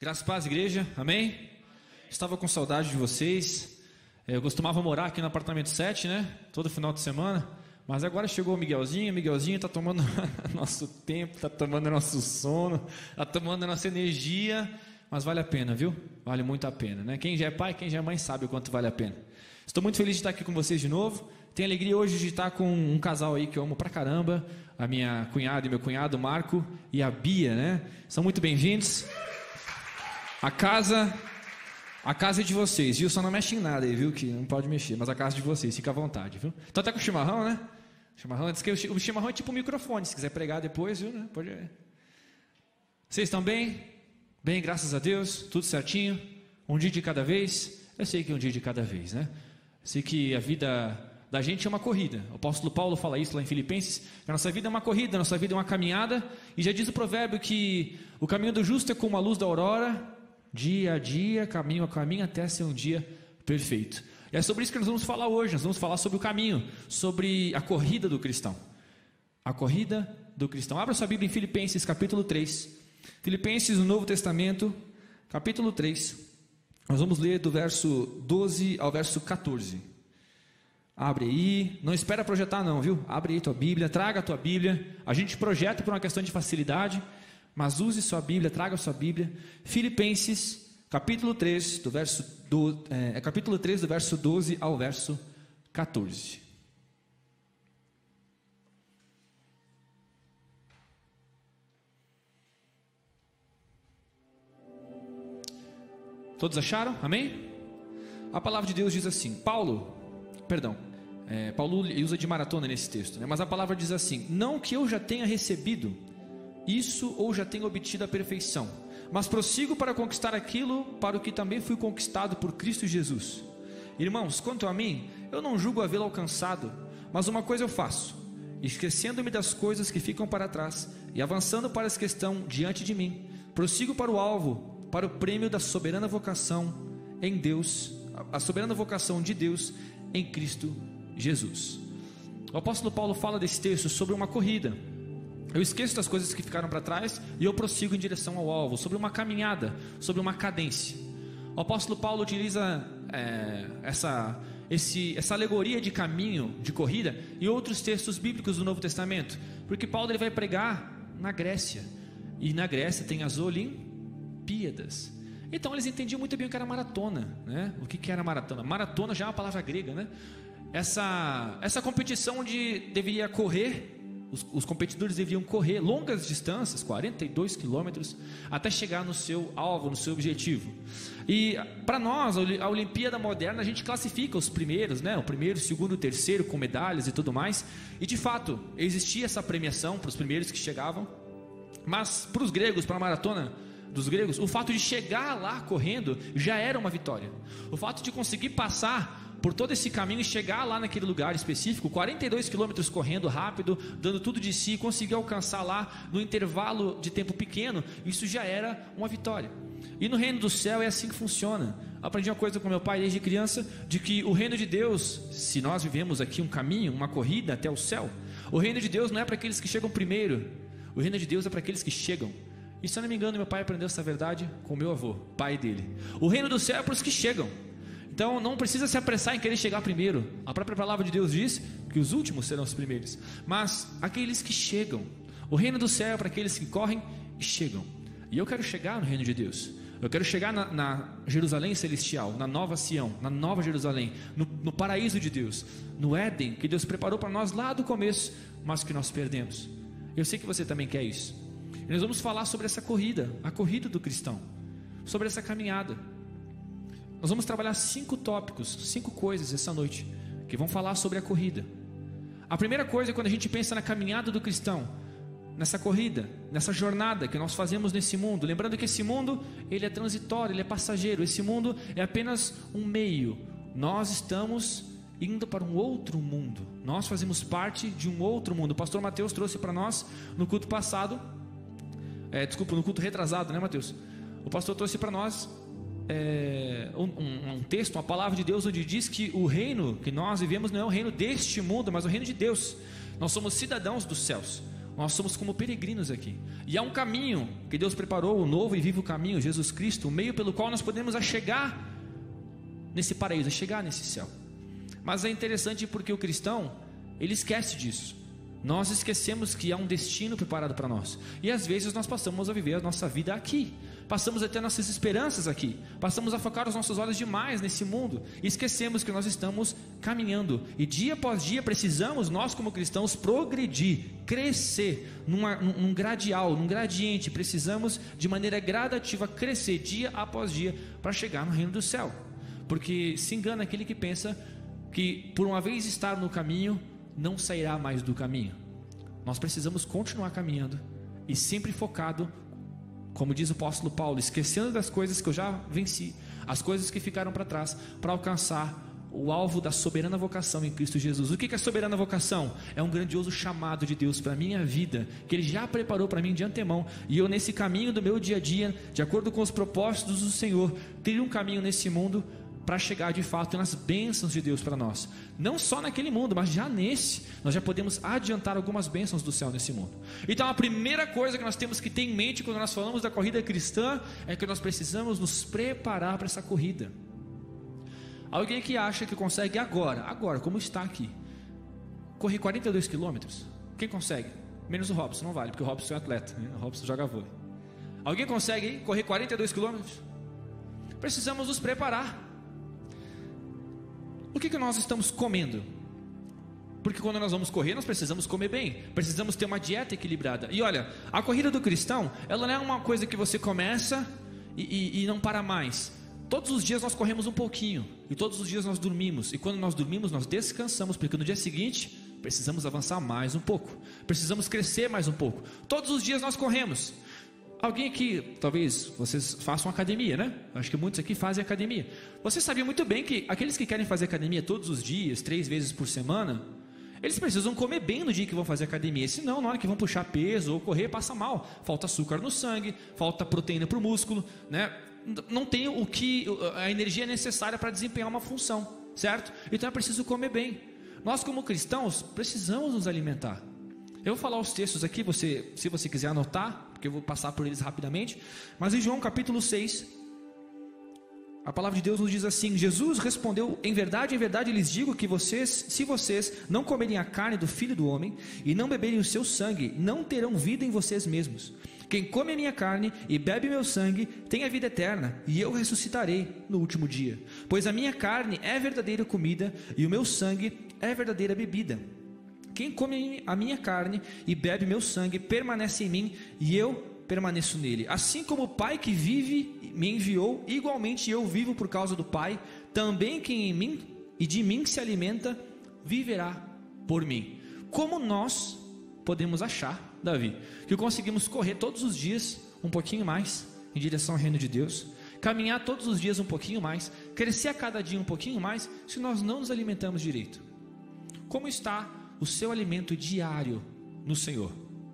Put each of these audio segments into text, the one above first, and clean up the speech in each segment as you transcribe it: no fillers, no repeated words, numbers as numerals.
Graças a paz, igreja, amém? Estava com saudade de vocês. Eu costumava morar aqui no apartamento 7, né? Todo final de semana. Mas agora chegou o Miguelzinho está tomando nosso tempo, está tomando nosso sono, está tomando nossa energia. Mas vale a pena, viu? Vale muito a pena, né? Quem já é pai, quem já é mãe sabe o quanto vale a pena. Estou muito feliz de estar aqui com vocês de novo. Tenho alegria hoje de estar com um casal aí que eu amo pra caramba. A minha cunhada e meu cunhado, Marco e a Bia, né? São muito bem-vindos. A casa é de vocês, viu? Só não mexe em nada aí, viu? Que não pode mexer, mas a casa é de vocês, fica à vontade, viu? Tô até com o chimarrão, né? O chimarrão é tipo um microfone, se quiser pregar depois, viu? Né? Pode ver. Vocês estão bem? Bem, graças a Deus, tudo certinho. Um dia de cada vez. Eu sei que é um dia de cada vez, né? Eu sei que a vida da gente é uma corrida. O apóstolo Paulo fala isso lá em Filipenses, que a nossa vida é uma corrida, a nossa vida é uma caminhada. E já diz o provérbio que o caminho do justo é como a luz da aurora, dia a dia, caminho a caminho, até ser um dia perfeito. E é sobre isso que nós vamos falar hoje. Nós vamos falar sobre o caminho, sobre a corrida do cristão. A corrida do cristão. Abra sua Bíblia em Filipenses capítulo 3. Filipenses no Novo Testamento, capítulo 3. Nós vamos ler do verso 12 ao verso 14. Abre aí. Não espera projetar não, viu? Abre aí tua Bíblia, traga a tua Bíblia. A gente projeta por uma questão de facilidade, mas use sua Bíblia, traga a sua Bíblia. Filipenses, capítulo 3, do verso 12 ao verso 14. Todos acharam? Amém? A palavra de Deus diz assim, Paulo usa de maratona nesse texto, né? Mas a palavra diz assim, não que eu já tenha recebido isso ou já tenha obtido a perfeição, mas prossigo para conquistar aquilo para o que também fui conquistado por Cristo Jesus. Irmãos, quanto a mim, eu não julgo havê-lo alcançado, mas uma coisa eu faço, esquecendo-me das coisas que ficam para trás e avançando para as que estão diante de mim, prossigo para o alvo, para o prêmio da soberana vocação em Deus, a soberana vocação de Deus em Cristo Jesus. O apóstolo Paulo fala desse texto sobre uma corrida. Eu esqueço das coisas que ficaram para trás e eu prossigo em direção ao alvo, sobre uma caminhada, sobre uma cadência. O apóstolo Paulo utiliza essa alegoria de caminho, de corrida, em outros textos bíblicos do Novo Testamento, porque Paulo ele vai pregar na Grécia, e na Grécia tem as Olimpíadas. Então eles entendiam muito bem o que era maratona, né? O que era maratona? Maratona já é uma palavra grega, né? Essa competição onde deveria correr, os competidores deveriam correr longas distâncias, 42 quilômetros, até chegar no seu alvo, no seu objetivo. E para nós, a Olimpíada moderna, a gente classifica os primeiros, né? O primeiro, o segundo, o terceiro, com medalhas e tudo mais. E de fato, existia essa premiação para os primeiros que chegavam. Mas para os gregos, para a maratona dos gregos, o fato de chegar lá correndo já era uma vitória. O fato de conseguir passar por todo esse caminho e chegar lá naquele lugar específico, 42 quilômetros correndo rápido, dando tudo de si, conseguir alcançar lá no intervalo de tempo pequeno, isso já era uma vitória. E no reino do céu é assim que funciona. Aprendi uma coisa com meu pai desde criança, de que o reino de Deus, se nós vivemos aqui um caminho, uma corrida até o céu, o reino de Deus não é para aqueles que chegam primeiro, o reino de Deus é para aqueles que chegam. E se eu não me engano, meu pai aprendeu essa verdade com meu avô, pai dele. O reino do céu é para os que chegam. Então não precisa se apressar em querer chegar primeiro. A própria palavra de Deus diz que os últimos serão os primeiros. Mas aqueles que chegam. O reino do céu é para aqueles que correm e chegam. E eu quero chegar no reino de Deus. Eu quero chegar na Jerusalém celestial, na nova Sião, na nova Jerusalém, no paraíso de Deus, no Éden que Deus preparou para nós lá do começo, mas que nós perdemos. Eu sei que você também quer isso. E nós vamos falar sobre essa corrida, a corrida do cristão, sobre essa caminhada. Nós vamos trabalhar 5 tópicos, 5 coisas essa noite, que vão falar sobre a corrida. A primeira coisa é quando a gente pensa na caminhada do cristão, nessa corrida, nessa jornada que nós fazemos nesse mundo, lembrando que esse mundo, ele é transitório, ele é passageiro, esse mundo é apenas um meio. Nós estamos indo para um outro mundo, nós fazemos parte de um outro mundo. O pastor Mateus trouxe para nós no culto passado, no culto retrasado, né, Mateus? O pastor trouxe para nós um texto, uma palavra de Deus, onde diz que o reino que nós vivemos não é o reino deste mundo, mas o reino de Deus. Nós somos cidadãos dos céus. Nós somos como peregrinos aqui. E há um caminho que Deus preparou, o novo e vivo caminho, Jesus Cristo, o meio pelo qual nós podemos chegar nesse paraíso, chegar nesse céu. Mas é interessante porque o cristão, ele esquece disso. Nós esquecemos que há um destino preparado para nós. E às vezes nós passamos a viver a nossa vida aqui. Passamos a ter nossas esperanças aqui. Passamos a focar os nossos olhos demais nesse mundo. E esquecemos que nós estamos caminhando. E dia após dia precisamos, nós como cristãos, progredir, crescer num gradial, num gradiente. Precisamos de maneira gradativa crescer dia após dia para chegar no reino do céu. Porque se engana aquele que pensa que por uma vez estar no caminho, não sairá mais do caminho. Nós precisamos continuar caminhando e sempre focado, como diz o apóstolo Paulo, esquecendo das coisas que eu já venci, as coisas que ficaram para trás, para alcançar o alvo da soberana vocação em Cristo Jesus. O que é a soberana vocação? É um grandioso chamado de Deus para a minha vida, que Ele já preparou para mim de antemão, e eu nesse caminho do meu dia a dia, de acordo com os propósitos do Senhor, trilho um caminho nesse mundo para chegar de fato nas bênçãos de Deus para nós. Não só naquele mundo, mas já nesse, nós já podemos adiantar algumas bênçãos do céu nesse mundo. Então a primeira coisa que nós temos que ter em mente quando nós falamos da corrida cristã é que nós precisamos nos preparar para essa corrida. Alguém que acha que consegue agora, como está aqui, correr 42 quilômetros? Quem consegue? Menos o Robson, não vale, porque o Robson é um atleta, né? O Robson joga vôlei. Alguém consegue correr 42 quilômetros? Precisamos nos preparar. O que nós estamos comendo? Porque quando nós vamos correr, nós precisamos comer bem, precisamos ter uma dieta equilibrada. E olha, a corrida do cristão, ela não é uma coisa que você começa e não para mais. Todos os dias nós corremos um pouquinho, e todos os dias nós dormimos, e quando nós dormimos nós descansamos, porque no dia seguinte precisamos avançar mais um pouco, precisamos crescer mais um pouco. Todos os dias nós corremos. Alguém aqui, talvez vocês façam academia, né? Acho que muitos aqui fazem academia. Você sabia muito bem que aqueles que querem fazer academia todos os dias, 3 vezes por semana, eles precisam comer bem no dia que vão fazer academia. Senão, na hora que vão puxar peso ou correr, passa mal. Falta açúcar no sangue, falta proteína para o músculo, né? Não tem a energia necessária para desempenhar uma função, certo? Então é preciso comer bem. Nós como cristãos precisamos nos alimentar. Eu vou falar os textos aqui, se você quiser anotar, porque eu vou passar por eles rapidamente. Mas em João capítulo 6, a palavra de Deus nos diz assim: Jesus respondeu, em verdade lhes digo que se vocês não comerem a carne do Filho do Homem e não beberem o seu sangue, não terão vida em vocês mesmos. Quem come a minha carne e bebe meu sangue tem a vida eterna, e eu ressuscitarei no último dia. Pois a minha carne é verdadeira comida e o meu sangue é verdadeira bebida. Quem come a minha carne e bebe meu sangue permanece em mim e eu permaneço nele. Assim como o Pai que vive me enviou, igualmente eu vivo por causa do Pai. Também quem em mim e de mim se alimenta viverá por mim. Como nós podemos achar, Davi, que conseguimos correr todos os dias um pouquinho mais em direção ao reino de Deus, caminhar todos os dias um pouquinho mais, crescer a cada dia um pouquinho mais, se nós não nos alimentamos direito? Como está o seu alimento diário no Senhor?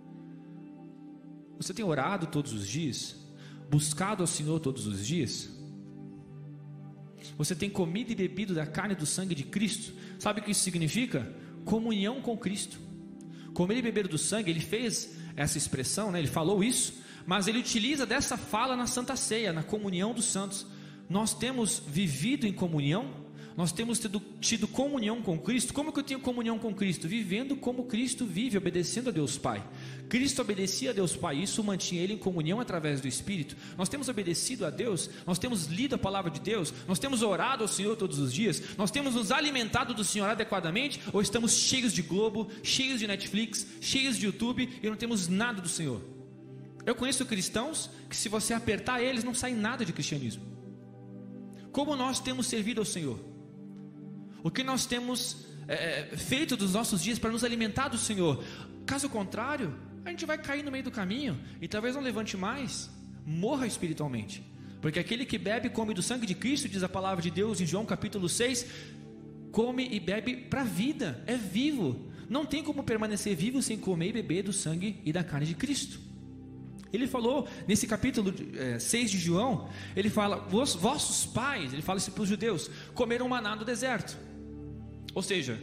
Você tem orado todos os dias? Buscado ao Senhor todos os dias? Você tem comido e bebido da carne e do sangue de Cristo? Sabe o que isso significa? Comunhão com Cristo. Comer e beber do sangue, ele fez essa expressão, né? Ele falou isso, mas ele utiliza dessa fala na Santa Ceia, na comunhão dos santos. Nós temos vivido em comunhão? Nós temos tido comunhão com Cristo? Como que eu tenho comunhão com Cristo? Vivendo como Cristo vive, obedecendo a Deus Pai. Cristo obedecia a Deus Pai, isso mantinha Ele em comunhão através do Espírito. Nós temos obedecido a Deus, nós temos lido a palavra de Deus, nós temos orado ao Senhor todos os dias, nós temos nos alimentado do Senhor adequadamente, ou estamos cheios de Globo, cheios de Netflix, cheios de YouTube e não temos nada do Senhor? Eu conheço cristãos que, se você apertar eles, não sai nada de cristianismo. Como nós temos servido ao Senhor? O que nós temos feito dos nossos dias para nos alimentar do Senhor? Caso contrário, a gente vai cair no meio do caminho e talvez não levante mais, morra espiritualmente. Porque aquele que bebe e come do sangue de Cristo, diz a palavra de Deus em João capítulo 6, come e bebe para a vida, é vivo. Não tem como permanecer vivo sem comer e beber do sangue e da carne de Cristo. Ele falou nesse capítulo 6 de João, ele fala: vossos pais, ele fala isso para os judeus, comeram maná no deserto. Ou seja,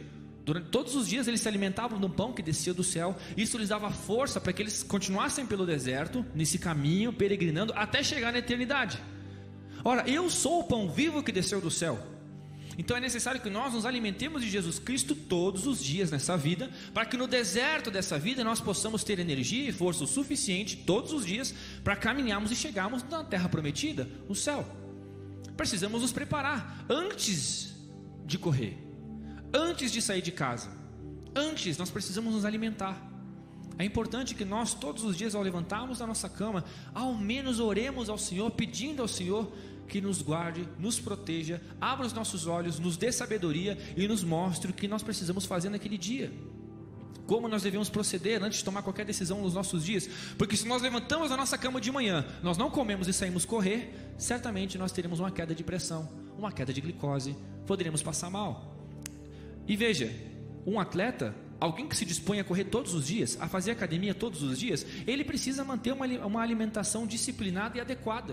Durante todos os dias eles se alimentavam do pão que descia do céu. Isso lhes dava força para que eles continuassem pelo deserto, nesse caminho, peregrinando, até chegar na eternidade. Ora, eu sou o pão vivo que desceu do céu. Então é necessário que nós nos alimentemos de Jesus Cristo todos os dias nessa vida, para que no deserto dessa vida nós possamos ter energia e força o suficiente todos os dias para caminharmos e chegarmos na terra prometida, no céu. Precisamos nos preparar antes de correr, antes de sair de casa. Antes nós precisamos nos alimentar. É importante que nós todos os dias, ao levantarmos da nossa cama, ao menos oremos ao Senhor, pedindo ao Senhor que nos guarde, nos proteja, abra os nossos olhos, nos dê sabedoria e nos mostre o que nós precisamos fazer naquele dia, como nós devemos proceder antes de tomar qualquer decisão nos nossos dias. Porque se nós levantamos da nossa cama de manhã, nós não comemos e saímos correr, certamente nós teremos uma queda de pressão, uma queda de glicose, poderemos passar mal. E veja, um atleta, alguém que se dispõe a correr todos os dias, a fazer academia todos os dias, ele precisa manter uma alimentação disciplinada e adequada.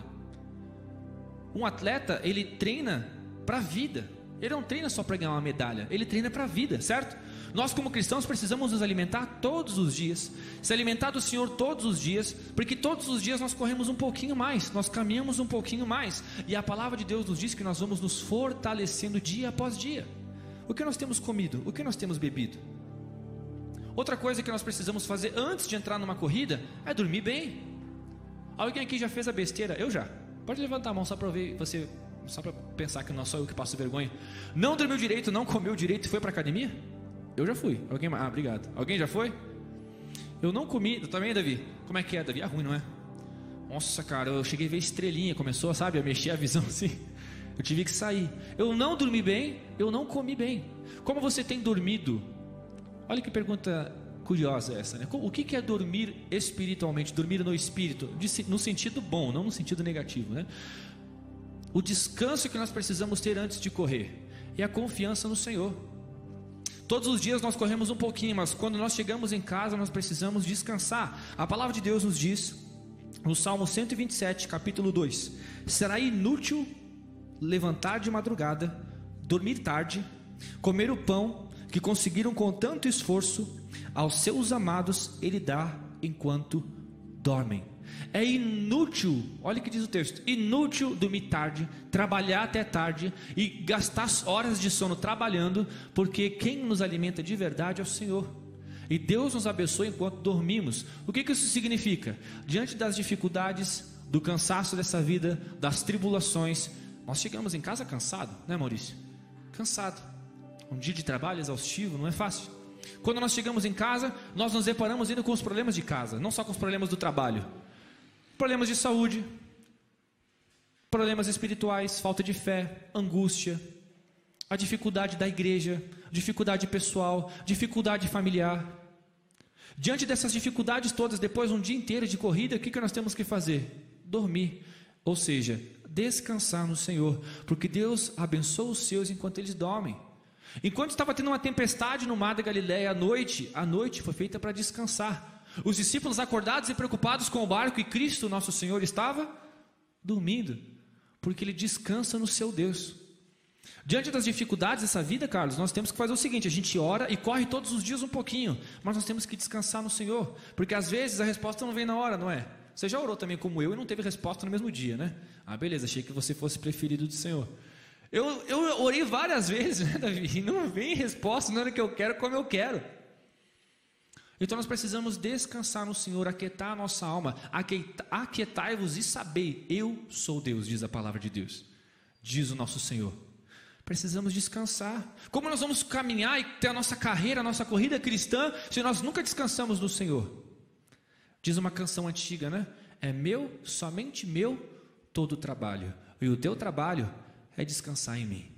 Um atleta, ele treina para a vida. Ele não treina só para ganhar uma medalha, ele treina para a vida, certo? Nós como cristãos precisamos nos alimentar todos os dias, se alimentar do Senhor todos os dias, porque todos os dias nós corremos um pouquinho mais, nós caminhamos um pouquinho mais, e a palavra de Deus nos diz que nós vamos nos fortalecendo dia após dia. O que nós temos comido? O que nós temos bebido? Outra coisa que nós precisamos fazer antes de entrar numa corrida é dormir bem. Alguém aqui já fez a besteira? Eu já. Pode levantar a mão só para ver você, só para pensar que não é só eu que passo vergonha. Não dormiu direito, não comeu direito e foi para academia? Eu já fui. Alguém? Ah, obrigado. Alguém já foi? Eu não comi. Eu também, Davi? Como é que é, Davi? É ruim, não é? Nossa, cara, eu cheguei a ver estrelinha, começou, sabe, a mexer a visão assim. Eu tive que sair. Eu não dormi bem, eu não comi bem. Como você tem dormido? Olha que pergunta curiosa essa, né? O que é dormir espiritualmente? Dormir no espírito, no sentido bom, não no sentido negativo, né? O descanso que nós precisamos ter antes de correr é a confiança no Senhor. Todos os dias nós corremos um pouquinho, mas quando nós chegamos em casa nós precisamos descansar. A palavra de Deus nos diz, no Salmo 127, capítulo 2: será inútil levantar de madrugada, dormir tarde, comer o pão que conseguiram com tanto esforço, aos seus amados ele dá enquanto dormem. É inútil, olha o que diz o texto, inútil dormir tarde, trabalhar até tarde e gastar horas de sono trabalhando, porque quem nos alimenta de verdade é o Senhor. E Deus nos abençoa enquanto dormimos. O que isso significa? Diante das dificuldades, do cansaço dessa vida, das tribulações, nós chegamos em casa cansado, né, Maurício? Cansado. Um dia de trabalho exaustivo, não é fácil. Quando nós chegamos em casa, nós nos deparamos ainda com os problemas de casa, não só com os problemas do trabalho. Problemas de saúde, problemas espirituais, falta de fé, angústia, a dificuldade da igreja, dificuldade pessoal, dificuldade familiar. Diante dessas dificuldades todas, depois de um dia inteiro de corrida, o que nós temos que fazer? Dormir, ou seja, descansar no Senhor, porque Deus abençoa os seus enquanto eles dormem. Enquanto estava tendo uma tempestade no mar da Galileia a noite foi feita para descansar. Os discípulos acordados e preocupados com o barco, e Cristo, nosso Senhor, estava dormindo, porque Ele descansa no seu Deus. Diante das dificuldades dessa vida, Carlos, nós temos que fazer o seguinte: a gente ora e corre todos os dias um pouquinho, mas nós temos que descansar no Senhor, porque às vezes a resposta não vem na hora, não é? Você já orou também como eu e não teve resposta no mesmo dia, né? Ah, beleza, achei que você fosse preferido do Senhor. Eu orei várias vezes, né, Davi? E não vem resposta na hora que eu quero, como eu quero. Então nós precisamos descansar no Senhor, aquietar a nossa alma. Aquietai-vos e sabei, eu sou Deus, diz a palavra de Deus, diz o nosso Senhor. Precisamos descansar. Como nós vamos caminhar e ter a nossa carreira, a nossa corrida cristã, se nós nunca descansamos no Senhor? Diz uma canção antiga, né? É meu, somente meu, todo o trabalho, e o teu trabalho é descansar em mim.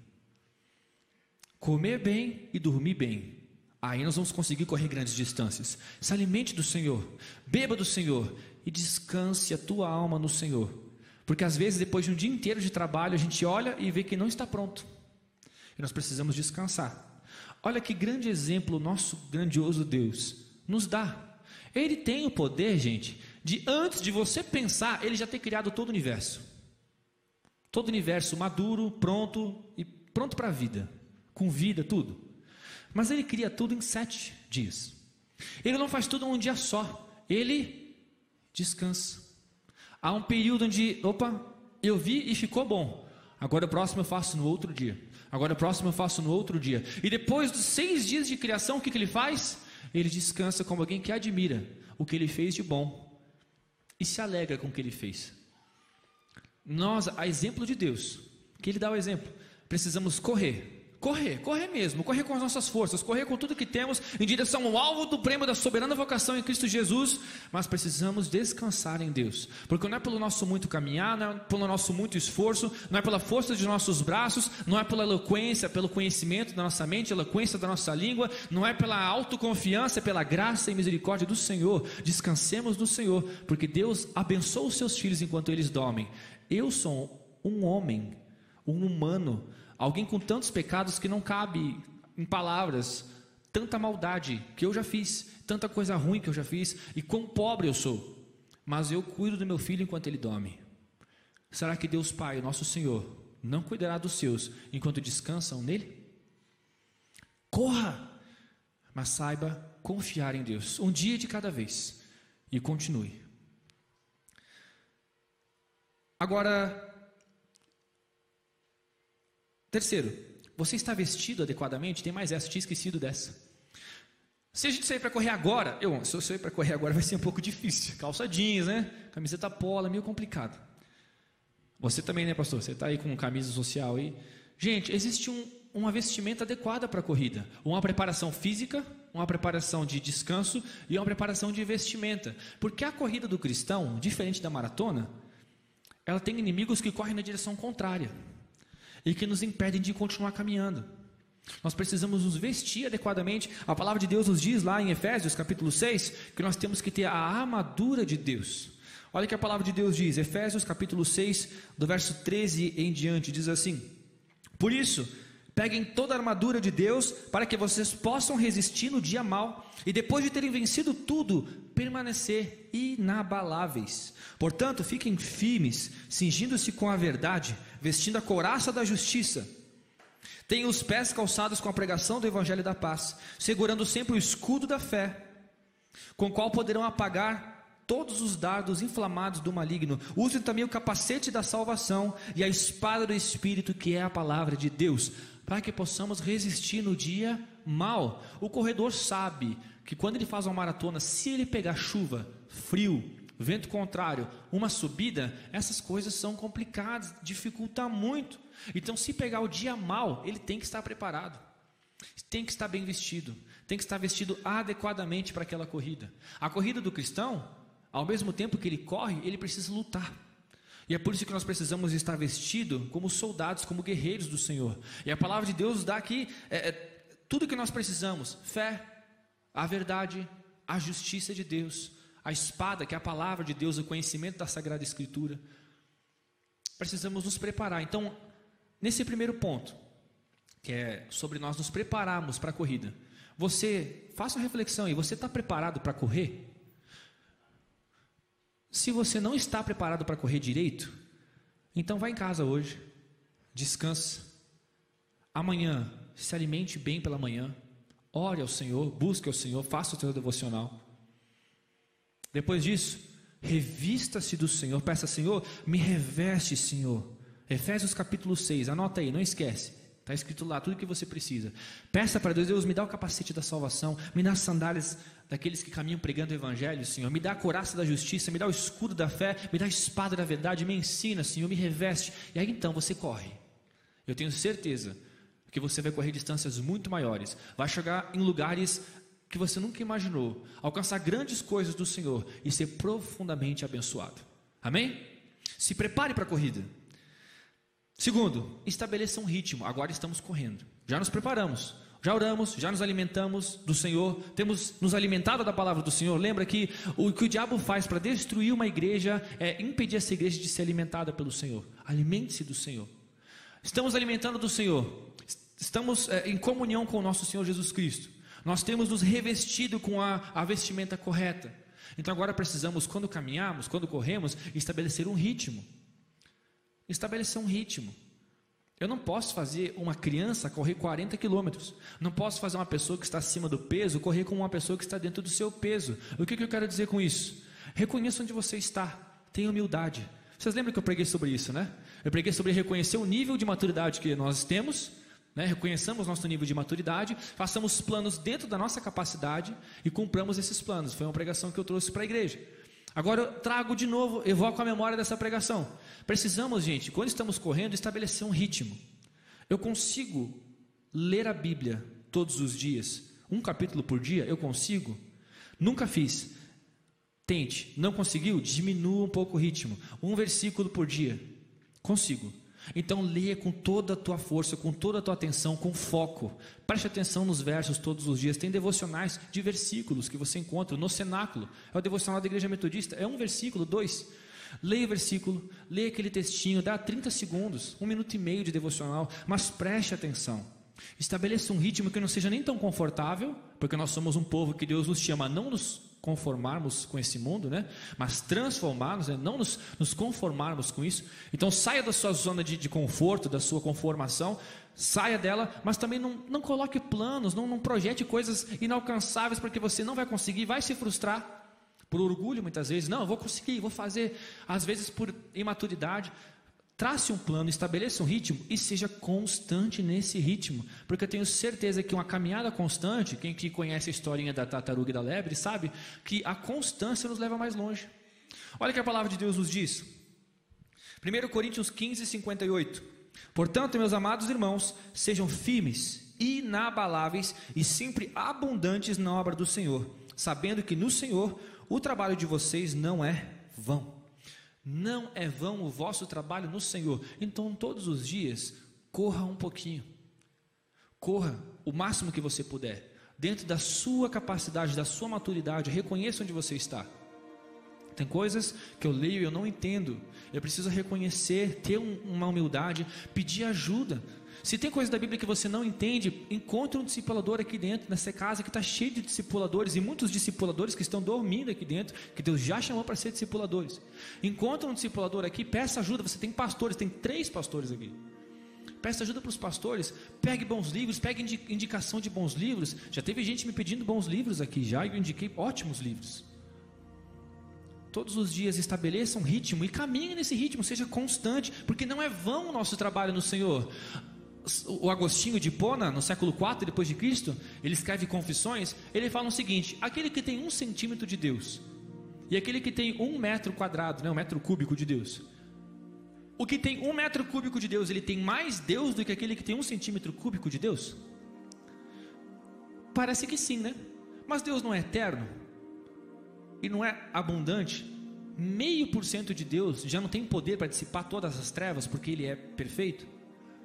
Comer bem e dormir bem, aí nós vamos conseguir correr grandes distâncias. Se alimente do Senhor, beba do Senhor e descanse a tua alma no Senhor, porque às vezes depois de um dia inteiro de trabalho a gente olha e vê que não está pronto, e nós precisamos descansar. Olha que grande exemplo o nosso grandioso Deus nos dá. Ele tem o poder, gente, de antes de você pensar, Ele já ter criado todo o universo. Todo o universo maduro, pronto para a vida, com vida, tudo. Mas Ele cria tudo em 7 dias. Ele não faz tudo em um dia só. Ele descansa. Há um período onde, eu vi e ficou bom. Agora o próximo eu faço no outro dia. Agora o próximo eu faço no outro dia. E depois dos 6 dias de criação, o que ele faz? Ele descansa como alguém que admira o que ele fez de bom e se alegra com o que ele fez. Nós, a exemplo de Deus, que Ele dá o exemplo, precisamos correr mesmo, correr com as nossas forças, correr com tudo que temos em direção ao alvo do prêmio da soberana vocação em Cristo Jesus, mas precisamos descansar em Deus, porque não é pelo nosso muito caminhar, não é pelo nosso muito esforço, não é pela força de nossos braços, não é pela eloquência, pelo conhecimento da nossa mente, eloquência da nossa língua, não é pela autoconfiança, é pela graça e misericórdia do Senhor. Descansemos no Senhor, porque Deus abençoa os seus filhos enquanto eles dormem. Eu sou um homem, um humano, alguém com tantos pecados que não cabe em palavras, tanta maldade que eu já fiz, tanta coisa ruim que eu já fiz, e quão pobre eu sou, mas eu cuido do meu filho enquanto ele dorme. Será que Deus Pai, nosso Senhor, não cuidará dos seus enquanto descansam nele? Corra, mas saiba confiar em Deus, um dia de cada vez, e continue. Agora, terceiro, você está vestido adequadamente? Tem mais essa, tinha esquecido dessa. Se a gente sair para correr agora, se eu sair para correr agora vai ser um pouco difícil. Calça jeans, né? Camiseta polo, meio complicado. Você também, né, pastor? Você está aí com camisa social aí. Gente, existe uma vestimenta adequada para a corrida. Uma preparação física, uma preparação de descanso e uma preparação de vestimenta. Porque a corrida do cristão, diferente da maratona, ela tem inimigos que correm na direção contrária e que nos impedem de continuar caminhando. Nós precisamos nos vestir adequadamente. A palavra de Deus nos diz lá em Efésios capítulo 6 que nós temos que ter a armadura de Deus. Olha o que a palavra de Deus diz, Efésios capítulo 6, do verso 13 em diante, diz assim: por isso, peguem toda a armadura de Deus para que vocês possam resistir no dia mau e depois de terem vencido tudo, permanecer inabaláveis. Portanto, fiquem firmes, cingindo-se com a verdade, vestindo a couraça da justiça. Tenham os pés calçados com a pregação do evangelho da paz, segurando sempre o escudo da fé, com o qual poderão apagar todos os dardos inflamados do maligno. Usem também o capacete da salvação e a espada do Espírito, que é a palavra de Deus, para que possamos resistir no dia mau. O corredor sabe que quando ele faz uma maratona, se ele pegar chuva, frio, vento contrário, uma subida, essas coisas são complicadas, dificulta muito. Então, se pegar o dia mau, ele tem que estar preparado, tem que estar bem vestido, tem que estar vestido adequadamente para aquela corrida. A corrida do cristão, ao mesmo tempo que ele corre, ele precisa lutar. E é por isso que nós precisamos estar vestidos como soldados, como guerreiros do Senhor. E a palavra de Deus dá aqui tudo que nós precisamos: fé, a verdade, a justiça de Deus, a espada, que é a palavra de Deus, o conhecimento da Sagrada Escritura. Precisamos nos preparar. Então, nesse primeiro ponto, que é sobre nós nos prepararmos para a corrida, você, faça uma reflexão aí, você está preparado para correr? Se você não está preparado para correr direito, então vá em casa hoje, descanse. Amanhã, se alimente bem pela manhã, ore ao Senhor, busque ao Senhor, faça o seu devocional. Depois disso, revista-se do Senhor, peça: Senhor, me reveste, Senhor. Efésios capítulo 6, anota aí, não esquece, está escrito lá tudo o que você precisa. Peça para Deus: Deus, me dá o capacete da salvação, me dá as sandálias daqueles que caminham pregando o evangelho, Senhor, me dá a couraça da justiça, me dá o escudo da fé, me dá a espada da verdade, me ensina, Senhor, me reveste. E aí então você corre. Eu tenho certeza que você vai correr distâncias muito maiores, vai chegar em lugares que você nunca imaginou, alcançar grandes coisas do Senhor e ser profundamente abençoado. Amém? Se prepare para a corrida. Segundo, estabeleça um ritmo. Agora estamos correndo, já nos preparamos, já oramos, já nos alimentamos do Senhor, temos nos alimentado da palavra do Senhor. Lembra que o que o diabo faz para destruir uma igreja é impedir essa igreja de ser alimentada pelo Senhor. Alimente-se do Senhor. Estamos alimentando do Senhor, estamos em comunhão com o nosso Senhor Jesus Cristo. Nós temos nos revestido com a vestimenta correta. Então agora precisamos, quando caminhamos, quando corremos, estabelecer um ritmo. Estabelecer um ritmo. Eu não posso fazer uma criança correr 40 quilômetros. Não posso fazer uma pessoa que está acima do peso correr como uma pessoa que está dentro do seu peso. O que eu quero dizer com isso? Reconheça onde você está. Tenha humildade. Vocês lembram que eu preguei sobre isso, né? Eu preguei sobre reconhecer o nível de maturidade que nós temos, né? Reconheçamos nosso nível de maturidade, façamos planos dentro da nossa capacidade e cumpramos esses planos. Foi uma pregação que eu trouxe para a igreja. Agora eu trago de novo, evoco a memória dessa pregação. Precisamos, gente, quando estamos correndo, estabelecer um ritmo. Eu consigo ler a Bíblia todos os dias, um capítulo por dia? Eu consigo? Nunca fiz. Tente. Não conseguiu? Diminua um pouco o ritmo. Um versículo por dia. Consigo. Então leia com toda a tua força, com toda a tua atenção, com foco. Preste atenção nos versos todos os dias. Tem devocionais de versículos que você encontra no cenáculo. É o devocional da Igreja Metodista. É um versículo, 2. Leia o versículo, leia aquele textinho, dá 30 segundos, 1 minuto e meio de devocional, mas preste atenção. Estabeleça um ritmo que não seja nem tão confortável, porque nós somos um povo que Deus nos chama a não nos conformarmos com esse mundo, né? Mas transformarmos, né? Não nos conformarmos com isso. Então saia da sua zona de conforto, da sua conformação, saia dela, mas também não coloque planos, não projete coisas inalcançáveis, porque você não vai conseguir, vai se frustrar. Por orgulho muitas vezes, não, eu vou conseguir, vou fazer, às vezes por imaturidade. Trace um plano, estabeleça um ritmo e seja constante nesse ritmo, porque eu tenho certeza que uma caminhada constante, quem que conhece a historinha da tartaruga e da lebre sabe que a constância nos leva mais longe. Olha o que a palavra de Deus nos diz, 1 Coríntios 15, 58. Portanto, meus amados irmãos, sejam firmes, inabaláveis e sempre abundantes na obra do Senhor, sabendo que no Senhor o trabalho de vocês não é vão. Não é vão o vosso trabalho no Senhor. Então todos os dias corra um pouquinho, corra o máximo que você puder, dentro da sua capacidade, da sua maturidade. Reconheça onde você está. Tem coisas que eu leio e eu não entendo, eu preciso reconhecer, ter uma humildade, pedir ajuda. Se tem coisa da Bíblia que você não entende, encontre um discipulador aqui dentro, nessa casa que está cheia de discipuladores, e muitos discipuladores que estão dormindo aqui dentro, que Deus já chamou para ser discipuladores. Encontre um discipulador aqui, peça ajuda. Você tem pastores, tem 3 pastores aqui. Peça ajuda para os pastores, pegue bons livros, pegue indicação de bons livros. Já teve gente me pedindo bons livros aqui, já eu indiquei ótimos livros. Todos os dias estabeleça um ritmo e caminhe nesse ritmo, seja constante, porque não é vão o nosso trabalho no Senhor. O Agostinho de Hipona, no século IV depois de Cristo, ele escreve Confissões, ele fala o seguinte: aquele que tem 1 centímetro de Deus e aquele que tem 1 metro quadrado, né, 1 metro cúbico de Deus, o que tem 1 metro cúbico de Deus, ele tem mais Deus do que aquele que tem 1 centímetro cúbico de Deus? Parece que sim, né? Mas Deus não é eterno e não é abundante. 0,5% de Deus já não tem poder para dissipar todas as trevas, porque ele é perfeito.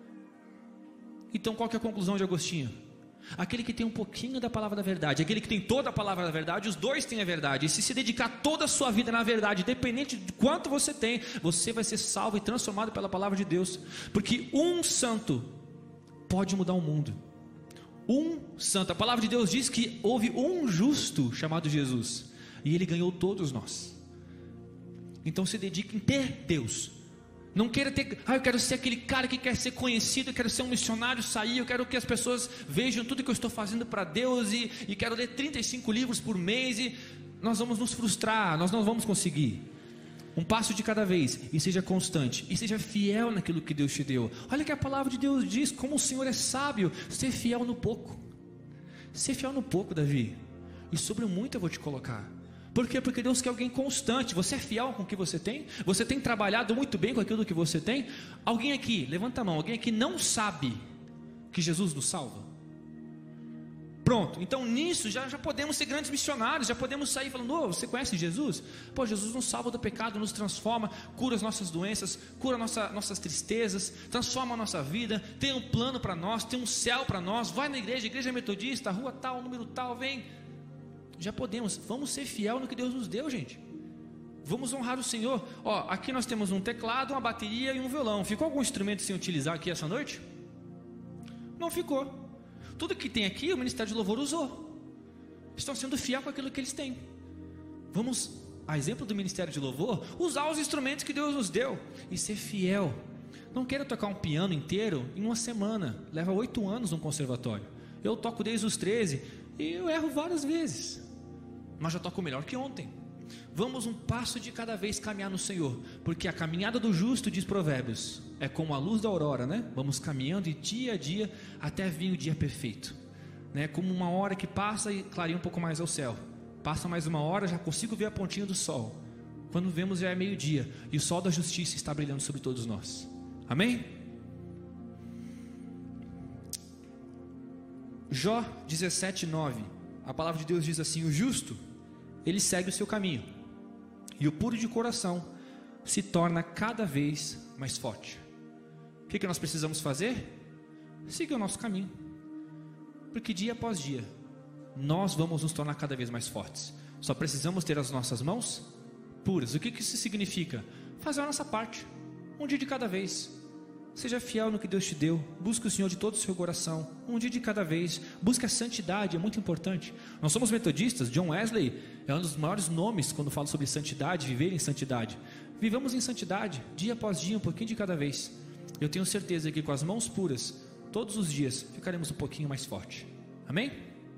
Então qual que é a conclusão de Agostinho? Aquele que tem um pouquinho da palavra da verdade, aquele que tem toda a palavra da verdade, os dois têm a verdade. E se dedicar toda a sua vida na verdade, independente de quanto você tem, você vai ser salvo e transformado pela palavra de Deus. Porque um santo pode mudar o mundo. Um santo, a palavra de Deus diz que houve um justo chamado Jesus, e ele ganhou todos nós. Então se dedique em ter Deus. Não queira ter, eu quero ser aquele cara que quer ser conhecido, eu quero ser um missionário, sair, eu quero que as pessoas vejam tudo que eu estou fazendo para Deus e quero ler 35 livros por mês, e nós vamos nos frustrar, nós não vamos conseguir. Um passo de cada vez, e seja constante, e seja fiel naquilo que Deus te deu. Olha que a palavra de Deus diz, como o Senhor é sábio. Ser fiel no pouco. Ser fiel no pouco, Davi, e sobre o muito eu vou te colocar. Por quê? Porque Deus quer alguém constante. Você é fiel com o que você tem? Você tem trabalhado muito bem com aquilo que você tem? Alguém aqui, levanta a mão, alguém aqui não sabe que Jesus nos salva? Pronto, então nisso já podemos ser grandes missionários, já podemos sair falando: oh, você conhece Jesus? Pô, Jesus nos salva do pecado, nos transforma, cura as nossas doenças, cura nossas tristezas, transforma a nossa vida, tem um plano para nós, tem um céu para nós. Vai na igreja metodista, rua tal, número tal, vem. Já podemos, vamos ser fiel no que Deus nos deu, gente. Vamos honrar o Senhor. Ó, aqui nós temos um teclado, uma bateria e um violão. Ficou algum instrumento sem utilizar aqui essa noite? Não ficou. Tudo que tem aqui o Ministério de Louvor usou. Estão sendo fiel com aquilo que eles têm. Vamos, a exemplo do Ministério de Louvor, usar os instrumentos que Deus nos deu e ser fiel Não quero tocar um piano inteiro em uma semana. Leva 8 anos no conservatório. Eu toco desde os 13 e eu erro várias vezes, mas já toco melhor que ontem. Vamos um passo de cada vez caminhar no Senhor, porque a caminhada do justo, diz Provérbios, é como a luz da aurora, né? Vamos caminhando de dia a dia até vir o dia perfeito, né? Como uma hora que passa e clareia um pouco mais ao céu. Passa mais uma hora, já consigo ver a pontinha do sol. Quando vemos já é meio-dia e o sol da justiça está brilhando sobre todos nós. Amém? Jó 17:9, a palavra de Deus diz assim: o justo, ele segue o seu caminho, e o puro de coração se torna cada vez mais forte. O que nós precisamos fazer? Seguir o nosso caminho, porque dia após dia nós vamos nos tornar cada vez mais fortes. Só precisamos ter as nossas mãos puras. O que isso significa? Fazer a nossa parte, um dia de cada vez. Seja fiel no que Deus te deu. Busque o Senhor de todo o seu coração, um dia de cada vez. Busque a santidade, é muito importante. Nós somos metodistas. John Wesley é um dos maiores nomes quando fala sobre santidade, viver em santidade. Vivamos em santidade, dia após dia, um pouquinho de cada vez. Eu tenho certeza que com as mãos puras, todos os dias, ficaremos um pouquinho mais forte. Amém?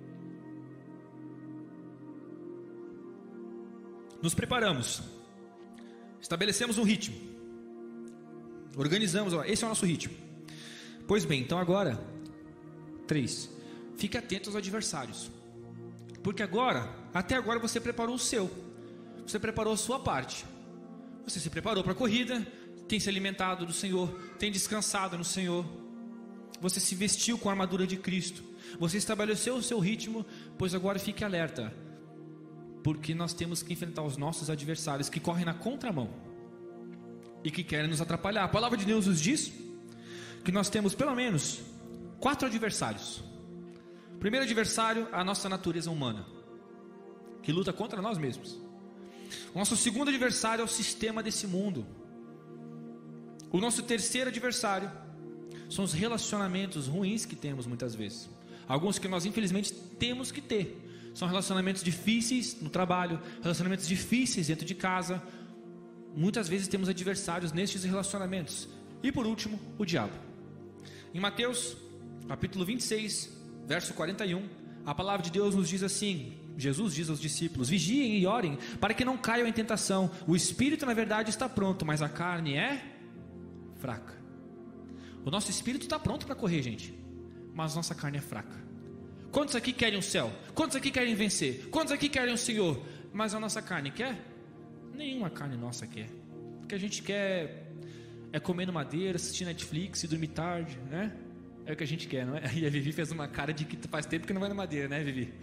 Nos preparamos, estabelecemos um ritmo, organizamos, esse é o nosso ritmo. Pois bem, então agora 3, fique atento aos adversários, porque até agora você preparou o seu, você preparou a sua parte, você se preparou para a corrida, tem se alimentado do Senhor, tem descansado no Senhor, você se vestiu com a armadura de Cristo, você estabeleceu o seu ritmo. Pois agora fique alerta, porque nós temos que enfrentar os nossos adversários que correm na contramão e que querem nos atrapalhar. A palavra de Deus nos diz que nós temos pelo menos 4 adversários. O primeiro adversário é a nossa natureza humana, que luta contra nós mesmos. O nosso segundo adversário é o sistema desse mundo. O nosso terceiro adversário são os relacionamentos ruins que temos muitas vezes. Alguns que nós infelizmente temos que ter. São relacionamentos difíceis no trabalho, relacionamentos difíceis dentro de casa. Muitas vezes temos adversários nestes relacionamentos. E por último, o diabo. Em Mateus, capítulo 26, verso 41, a palavra de Deus nos diz assim: Jesus diz aos discípulos: vigiem e orem, para que não caiam em tentação. O espírito na verdade está pronto, mas a carne é fraca. O nosso espírito está pronto para correr, gente, mas nossa carne é fraca. Quantos aqui querem o céu? Quantos aqui querem vencer? Quantos aqui querem o Senhor? Mas a nossa carne quer? Nenhuma carne nossa quer. O que a gente quer é comer no madeira, assistir Netflix e dormir tarde, né? É o que a gente quer, não é? E a Vivi fez uma cara de que faz tempo que não vai na madeira, né, Vivi?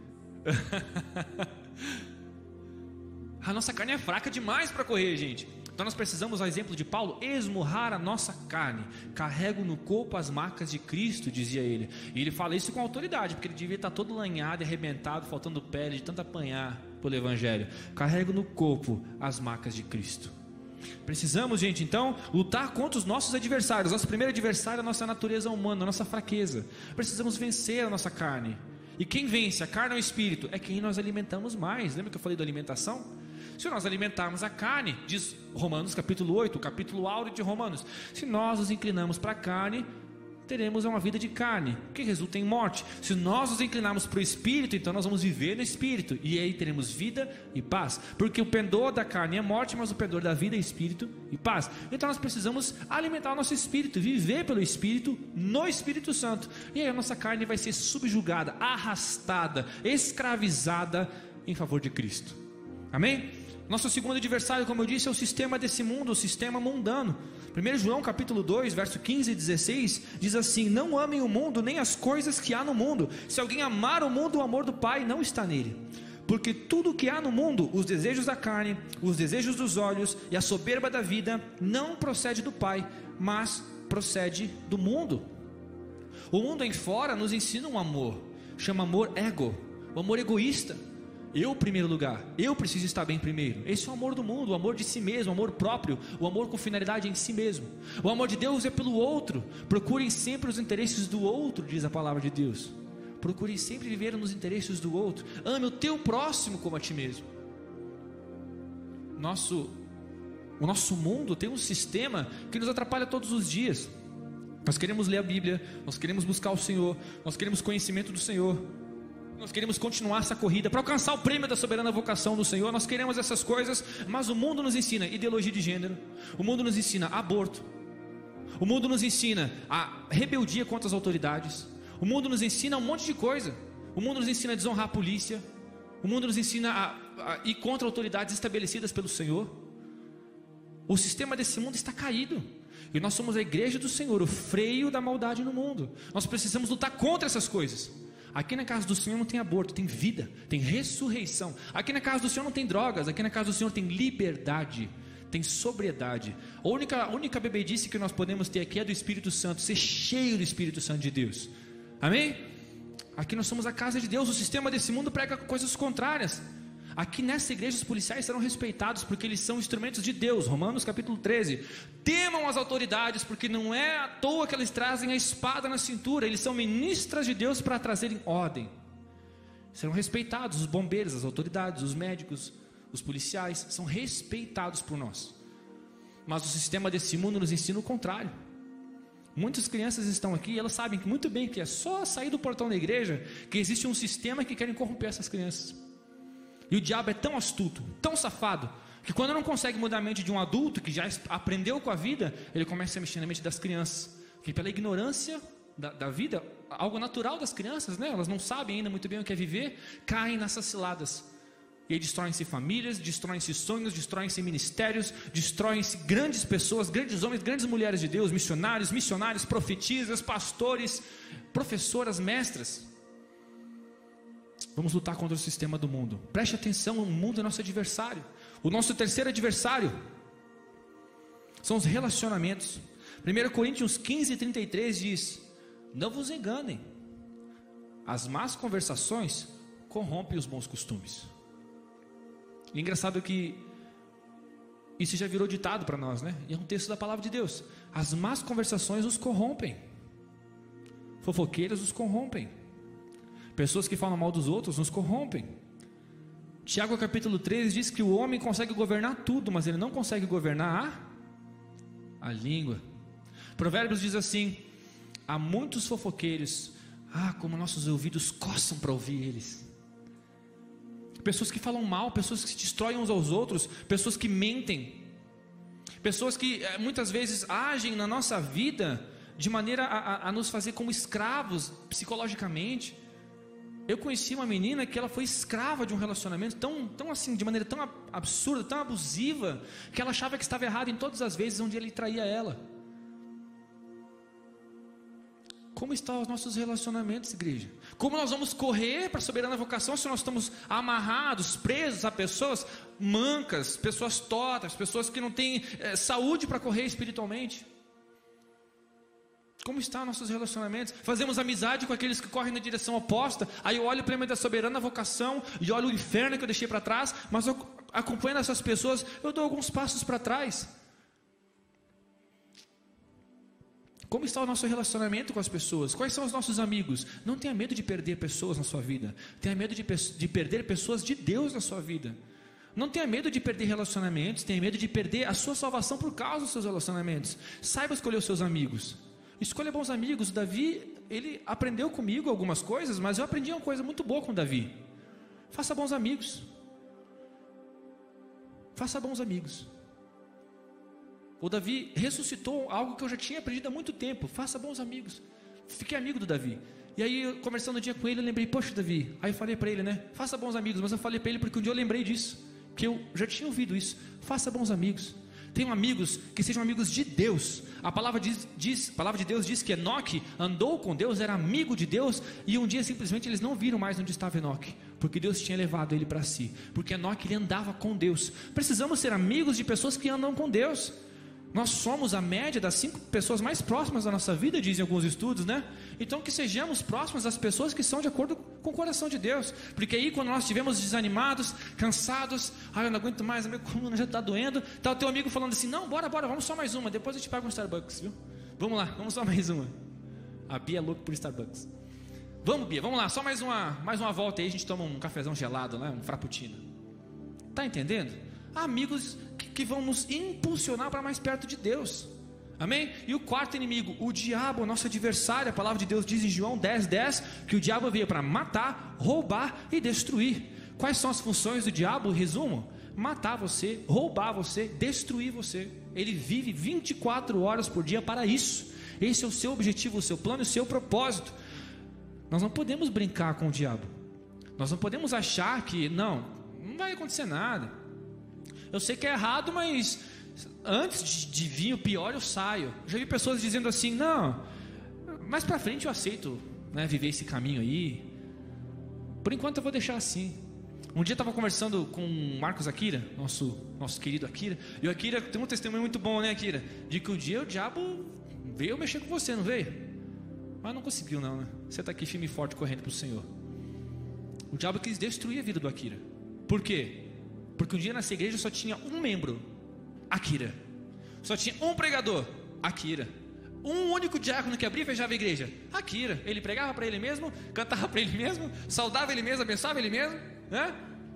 A nossa carne é fraca demais para correr, gente. Então nós precisamos, ao exemplo de Paulo, esmurrar a nossa carne. Carrego no corpo as marcas de Cristo, dizia ele. E ele fala isso com autoridade, porque ele devia estar todo lanhado e arrebentado, faltando pele, de tanto apanhar pelo Evangelho. Carrego no corpo as marcas de Cristo. Precisamos, gente, então, lutar contra os nossos adversários. Nosso primeiro adversário é a nossa natureza humana, a nossa fraqueza. Precisamos vencer a nossa carne. E quem vence a carne ou o espírito é quem nós alimentamos mais. Lembra que eu falei da alimentação? Se nós alimentarmos a carne, diz Romanos capítulo 8, o capítulo áureo de Romanos, se nós nos inclinamos para a carne, teremos uma vida de carne, que resulta em morte. Se nós nos inclinarmos para o espírito, então nós vamos viver no espírito, e aí teremos vida e paz, porque o pendor da carne é morte, mas o pendor da vida é espírito e paz. Então nós precisamos alimentar o nosso espírito, viver pelo espírito, no Espírito Santo, e aí a nossa carne vai ser subjugada, arrastada, escravizada em favor de Cristo. Amém? Nosso segundo adversário, como eu disse, é o sistema desse mundo, o sistema mundano. 1 João capítulo 2, verso 15 e 16, diz assim: não amem o mundo, nem as coisas que há no mundo. Se alguém amar o mundo, o amor do Pai não está nele. Porque tudo o que há no mundo, os desejos da carne, os desejos dos olhos e a soberba da vida, não procede do Pai, mas procede do mundo. O mundo em fora nos ensina um amor, chama amor ego, o amor egoísta. Eu em primeiro lugar, eu preciso estar bem primeiro. Esse é o amor do mundo, o amor de si mesmo, o amor próprio, o amor com finalidade em si mesmo. O amor de Deus é pelo outro. Procurem sempre os interesses do outro, diz a palavra de Deus. Procurem sempre viver nos interesses do outro. Ame o teu próximo como a ti mesmo. Nosso O nosso mundo tem um sistema que nos atrapalha todos os dias. Nós queremos ler a Bíblia, nós queremos buscar o Senhor, nós queremos conhecimento do Senhor, nós queremos continuar essa corrida para alcançar o prêmio da soberana vocação do Senhor. Nós queremos essas coisas, mas o mundo nos ensina ideologia de gênero, o mundo nos ensina aborto, o mundo nos ensina a rebeldia contra as autoridades, o mundo nos ensina um monte de coisa. O mundo nos ensina a desonrar a polícia, o mundo nos ensina a ir contra autoridades estabelecidas pelo Senhor. O sistema desse mundo está caído, e nós somos a igreja do Senhor, o freio da maldade no mundo. Nós precisamos lutar contra essas coisas. Aqui na casa do Senhor não tem aborto, tem vida, tem ressurreição. Aqui na casa do Senhor não tem drogas, aqui na casa do Senhor tem liberdade, tem sobriedade. A única bebedice que nós podemos ter aqui é do Espírito Santo, ser cheio do Espírito Santo de Deus. Amém? Aqui nós somos a casa de Deus. O sistema desse mundo prega coisas contrárias. Aqui nessa igreja os policiais serão respeitados porque eles são instrumentos de Deus. Romanos capítulo 13. Temam as autoridades, porque não é à toa que eles trazem a espada na cintura. Eles são ministras de Deus para trazerem ordem. Serão respeitados os bombeiros, as autoridades, os médicos, os policiais são respeitados por nós. Mas o sistema desse mundo nos ensina o contrário. Muitas crianças estão aqui e elas sabem muito bem que é só sair do portão da igreja que existe um sistema que querem corromper essas crianças. E o diabo é tão astuto, tão safado, que quando não consegue mudar a mente de um adulto que já aprendeu com a vida, ele começa a mexer na mente das crianças, que pela ignorância da vida, algo natural das crianças, né? Elas não sabem ainda muito bem o que é viver, caem nessas ciladas. E aí destroem-se famílias, destroem-se sonhos, destroem-se ministérios, destroem-se grandes pessoas, grandes homens, grandes mulheres de Deus, missionários, profetisas, pastores, professoras, mestras. Vamos lutar contra o sistema do mundo. Preste atenção, o mundo é nosso adversário. O nosso terceiro adversário são os relacionamentos. 1 Coríntios 15:33 diz: não vos enganem, as más conversações corrompem os bons costumes. E engraçado que isso já virou ditado para nós, né? E é um texto da palavra de Deus. As más conversações os corrompem, fofoqueiros os corrompem, pessoas que falam mal dos outros nos corrompem. Tiago capítulo 3 diz que o homem consegue governar tudo, mas ele não consegue governar a língua. Provérbios diz assim: há muitos fofoqueiros, como nossos ouvidos coçam para ouvir eles. Pessoas que falam mal, pessoas que se destroem uns aos outros, pessoas que mentem, pessoas que muitas vezes agem na nossa vida de maneira a nos fazer como escravos psicologicamente. Eu conheci uma menina que ela foi escrava de um relacionamento tão assim, de maneira tão absurda, tão abusiva, que ela achava que estava errada em todas as vezes onde ele traía ela. Como estão os nossos relacionamentos, igreja? Como nós vamos correr para a soberana vocação se nós estamos amarrados, presos a pessoas mancas, pessoas tortas, pessoas que não têm saúde para correr espiritualmente? Como estão nossos relacionamentos? Fazemos amizade com aqueles que correm na direção oposta. Aí eu olho o prêmio da soberana vocação e olho o inferno que eu deixei para trás. Mas eu, acompanhando essas pessoas, eu dou alguns passos para trás. Como está o nosso relacionamento com as pessoas? Quais são os nossos amigos? Não tenha medo de perder pessoas na sua vida. Tenha medo de perder pessoas de Deus na sua vida. Não tenha medo de perder relacionamentos. Tenha medo de perder a sua salvação por causa dos seus relacionamentos. Saiba escolher os seus amigos. Escolha bons amigos. Davi, ele aprendeu comigo algumas coisas, mas eu aprendi uma coisa muito boa com Davi. Faça bons amigos. Faça bons amigos. O Davi ressuscitou algo que eu já tinha aprendido há muito tempo. Faça bons amigos. Fiquei amigo do Davi. E aí, conversando um dia com ele, eu lembrei: poxa, Davi. Aí eu falei para ele, né? Faça bons amigos. Mas eu falei para ele porque um dia eu lembrei disso, que eu já tinha ouvido isso. Faça bons amigos. Tenham amigos que sejam amigos de Deus. A palavra de Deus diz que Enoque andou com Deus, era amigo de Deus, e um dia simplesmente eles não viram mais onde estava Enoque, porque Deus tinha levado ele para si. Porque Enoque, ele andava com Deus. Precisamos ser amigos de pessoas que andam com Deus. Nós somos a média das 5 pessoas mais próximas da nossa vida, dizem alguns estudos, né? Então que sejamos próximos das pessoas que são de acordo com o coração de Deus. Porque aí quando nós estivermos desanimados, cansados, eu não aguento mais, a minha coluna já está doendo, está o teu amigo falando assim: não, bora, vamos só mais uma, depois eu te pago um Starbucks, viu? Vamos lá, vamos só mais uma. A Bia é louca por Starbucks. Vamos, Bia, vamos lá, só mais uma volta aí, a gente toma um cafezão gelado, né? Um frappuccino. Tá entendendo? Há amigos que que vão nos impulsionar para mais perto de Deus. Amém? E o quarto inimigo, o diabo, nosso adversário. A palavra de Deus diz em João 10:10 que o diabo veio para matar, roubar e destruir. Quais são as funções do diabo? Resumo: matar você, roubar você, destruir você. Ele vive 24 horas por dia para isso. Esse é o seu objetivo, o seu plano e o seu propósito. Nós não podemos brincar com o diabo. Nós não podemos achar que não vai acontecer nada. Eu sei que é errado, mas antes de vir o pior eu saio. Já vi pessoas dizendo assim: não, mais pra frente eu aceito, né, viver esse caminho aí. Por enquanto eu vou deixar assim. Um dia eu estava conversando com o Marcos Akira, nosso querido Akira. E o Akira tem um testemunho muito bom, né, Akira? De que um dia o diabo veio mexer com você, não veio? Mas não conseguiu não, né? Você está aqui firme e forte correndo para o Senhor. O diabo quis destruir a vida do Akira. Por quê? Porque um dia nessa igreja só tinha um membro, Akira. Só tinha um pregador, Akira. Um único diácono que abria e fechava a igreja, Akira. Ele pregava para ele mesmo, cantava para ele mesmo, saudava ele mesmo, abençoava ele mesmo, né?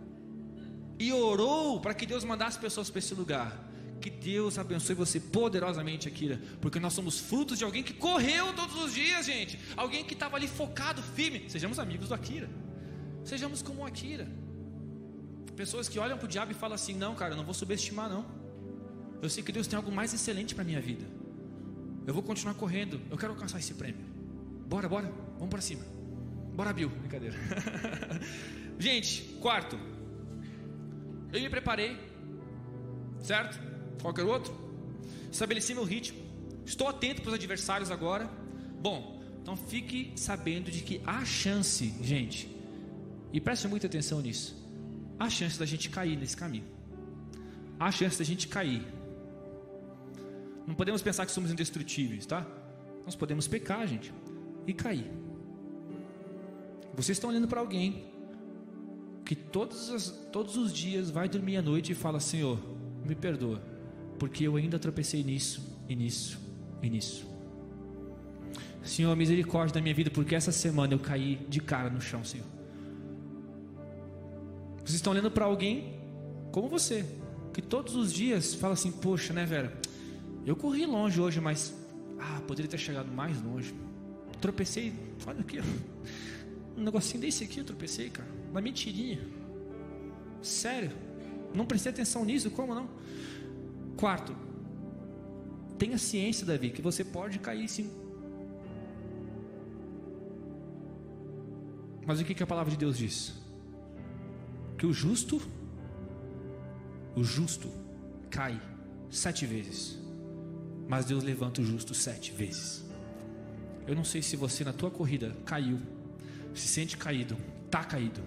E orou para que Deus mandasse pessoas para esse lugar. Que Deus abençoe você poderosamente, Akira, porque nós somos frutos de alguém que correu todos os dias, gente. Alguém que estava ali focado, firme. Sejamos amigos do Akira. Sejamos como o Akira. Pessoas que olham para o diabo e falam assim: não, cara, eu não vou subestimar não. Eu sei que Deus tem algo mais excelente para a minha vida. Eu vou continuar correndo. Eu quero alcançar esse prêmio. Bora, vamos para cima. Bora, Bill. Brincadeira. Gente, quarto, eu me preparei, certo? Qualquer outro? Estabeleci meu ritmo. Estou atento para os adversários agora. Bom, então fique sabendo de que há chance, gente, e preste muita atenção nisso, há chance da gente cair nesse caminho. Há chance da gente cair. Não podemos pensar que somos indestrutíveis, tá? Nós podemos pecar, gente, e cair. Vocês estão olhando para alguém que todos os dias vai dormir à noite e fala: Senhor, me perdoa, porque eu ainda tropecei nisso, e nisso, e nisso. Senhor, misericórdia da minha vida, porque essa semana eu caí de cara no chão, Senhor. Vocês estão olhando para alguém como você, que todos os dias fala assim: poxa, né, Vera, eu corri longe hoje, mas poderia ter chegado mais longe. Tropecei, olha aqui, um negocinho desse aqui eu tropecei, cara, uma mentirinha. Sério, não prestei atenção nisso, como não? Quarto, tenha ciência, Davi, que você pode cair sim. Mas o que a palavra de Deus diz? Que o justo cai 7 vezes, mas Deus levanta o justo 7 vezes. Eu não sei se você na tua corrida caiu, se sente caído, está caído.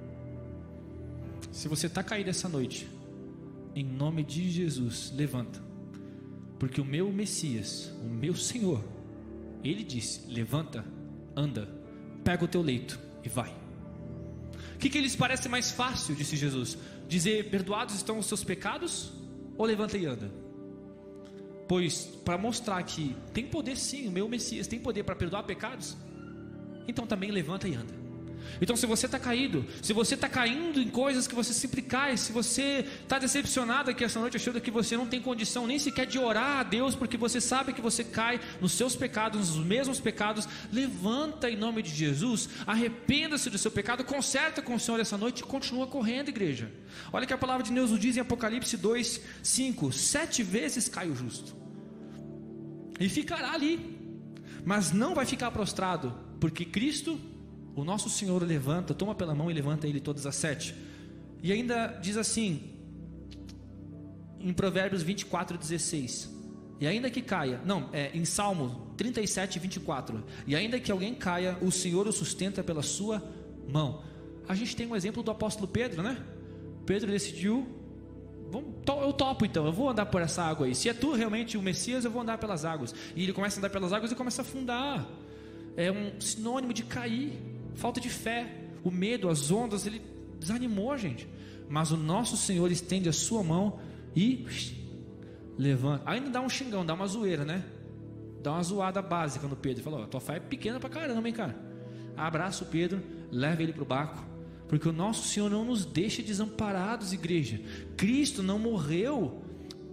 Se você está caído essa noite, em nome de Jesus, levanta, porque o meu Messias, o meu Senhor, Ele disse: levanta, anda, pega o teu leito e vai. O que lhes parece mais fácil, disse Jesus, dizer: perdoados estão os seus pecados, ou levanta e anda? Pois para mostrar que tem poder sim, o meu Messias tem poder para perdoar pecados, então também levanta e anda. Então, se você está caído, se você está caindo em coisas que você sempre cai, se você está decepcionado aqui essa noite, achando que você não tem condição nem sequer de orar a Deus, porque você sabe que você cai nos seus pecados, nos mesmos pecados, levanta em nome de Jesus, arrependa-se do seu pecado, conserta com o Senhor essa noite e continua correndo, igreja. Olha que a palavra de Deus nos diz em Apocalipse 2:5: 7 vezes cai o justo e ficará ali, mas não vai ficar prostrado, porque Cristo, o nosso Senhor, levanta, toma pela mão e levanta ele todas as 7. E ainda diz assim em Provérbios 24:16: e ainda que caia, em Salmo 37:24, e ainda que alguém caia, o Senhor o sustenta pela sua mão. A gente tem um exemplo do apóstolo Pedro, né? Pedro decidiu: eu topo então, eu vou andar por essa água aí. Se é tu realmente o Messias, eu vou andar pelas águas. E ele começa a andar pelas águas e começa a afundar. É um sinônimo de cair, falta de fé, o medo, as ondas, ele desanimou a gente. Mas o nosso Senhor estende a sua mão e levanta. Ainda dá um xingão, dá uma zoeira, né? Dá uma zoada básica no Pedro. Falou: tua fé é pequena pra caramba, hein, cara? Abraça o Pedro, leva ele pro barco, porque o nosso Senhor não nos deixa desamparados, igreja. Cristo não morreu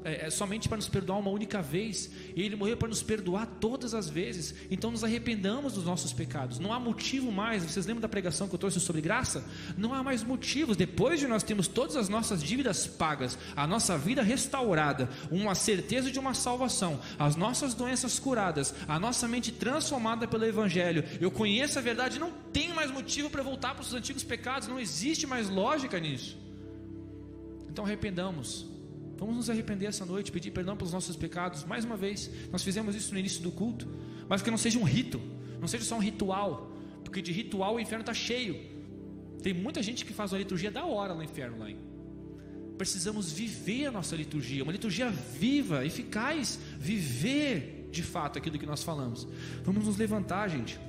somente para nos perdoar uma única vez, e Ele morreu para nos perdoar todas as vezes. Então nos arrependamos dos nossos pecados. Não há motivo mais. Vocês lembram da pregação que eu trouxe sobre graça? Não há mais motivos. Depois de nós termos todas as nossas dívidas pagas, a nossa vida restaurada, uma certeza de uma salvação, as nossas doenças curadas, a nossa mente transformada pelo Evangelho, eu conheço a verdade, não tem mais motivo para voltar para os antigos pecados. Não existe mais lógica nisso. Então arrependamos. Vamos nos arrepender essa noite, pedir perdão pelos nossos pecados. Mais uma vez, nós fizemos isso no início do culto, mas que não seja um rito, não seja só um ritual, porque de ritual o inferno está cheio. Tem muita gente que faz uma liturgia da hora no inferno lá. Precisamos viver a nossa liturgia, uma liturgia viva, eficaz, viver de fato aquilo que nós falamos. Vamos nos levantar, gente.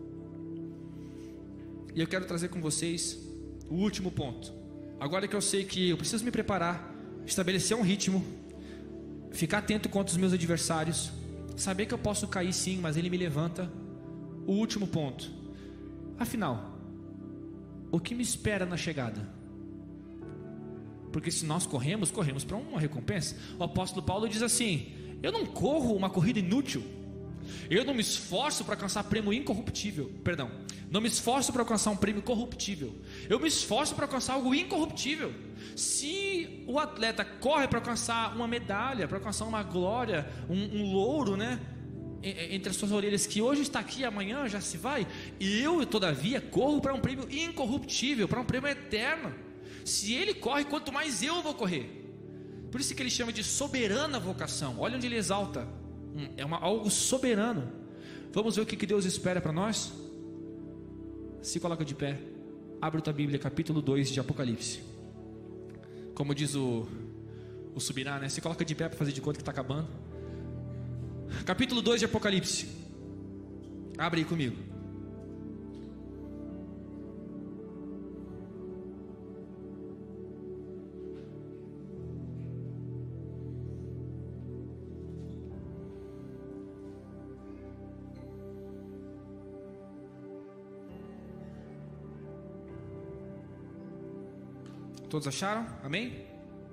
E eu quero trazer com vocês o último ponto. Agora que eu sei que eu preciso me preparar, estabelecer um ritmo, ficar atento contra os meus adversários, saber que eu posso cair sim, mas Ele me levanta. O último ponto. Afinal, o que me espera na chegada? Porque se nós corremos para uma recompensa. O apóstolo Paulo diz assim: eu não corro uma corrida inútil, eu não me esforço para alcançar prêmio incorruptível. Perdão, não me esforço para alcançar um prêmio corruptível, eu me esforço para alcançar algo incorruptível. Se o atleta corre para alcançar uma medalha, para alcançar uma glória, um louro, né, entre as suas orelhas, que hoje está aqui, amanhã já se vai, eu todavia corro para um prêmio incorruptível, para um prêmio eterno. Se ele corre, quanto mais eu vou correr. Por isso que ele chama de soberana vocação. Olha onde ele exalta, algo soberano. Vamos ver o que Deus espera para nós? Se coloca de pé, abre tua Bíblia, capítulo 2 de Apocalipse. Como diz o Subirá, né? Se coloca de pé para fazer de conta que está acabando. Capítulo 2 de Apocalipse. Abre aí comigo. Todos acharam? Amém?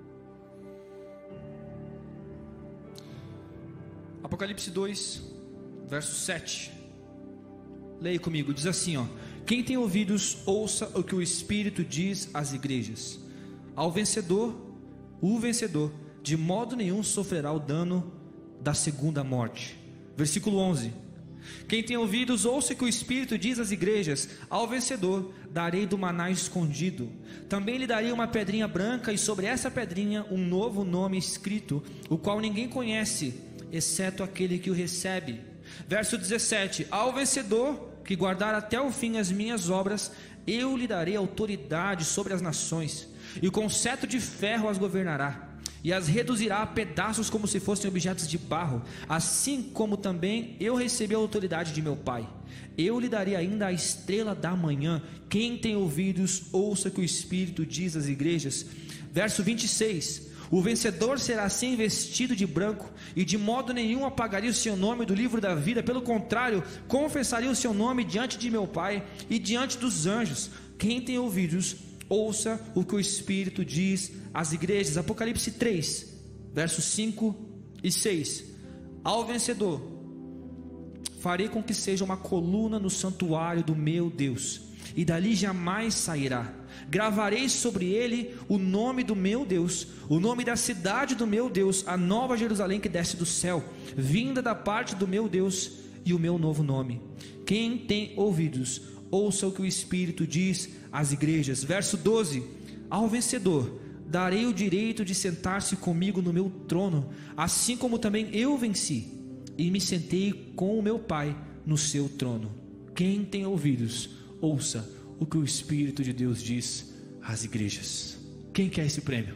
Apocalipse 2, verso 7. Leia comigo, diz assim, ó: quem tem ouvidos, ouça o que o Espírito diz às igrejas. Ao vencedor, o vencedor, de modo nenhum sofrerá o dano da segunda morte. Versículo 11. Quem tem ouvidos, ouça o que o Espírito diz às igrejas. Ao vencedor darei do maná escondido. Também lhe darei uma pedrinha branca, e sobre essa pedrinha um novo nome escrito, o qual ninguém conhece, exceto aquele que o recebe. Verso 17. Ao vencedor que guardar até o fim as minhas obras, eu lhe darei autoridade sobre as nações, e com cetro de ferro as governará, e as reduzirá a pedaços como se fossem objetos de barro, assim como também eu recebi a autoridade de meu Pai. Eu lhe darei ainda a estrela da manhã. Quem tem ouvidos, ouça o que o Espírito diz às igrejas. Verso 26. O vencedor será assim vestido de branco, e de modo nenhum apagaria o seu nome do livro da vida. Pelo contrário, confessaria o seu nome diante de meu Pai e diante dos anjos. Quem tem ouvidos, ouça o que o Espírito diz às igrejas. Apocalipse 3, versos 5 e 6. Ao vencedor farei com que seja uma coluna no santuário do meu Deus, e dali jamais sairá. Gravarei sobre ele o nome do meu Deus, o nome da cidade do meu Deus, a nova Jerusalém que desce do céu, vinda da parte do meu Deus, e o meu novo nome. Quem tem ouvidos, ouça o que o Espírito diz às igrejas. Verso 12. Ao vencedor darei o direito de sentar-se comigo no meu trono, assim como também eu venci e me sentei com o meu Pai no seu trono. Quem tem ouvidos, ouça o que o Espírito de Deus diz às igrejas. Quem quer esse prêmio?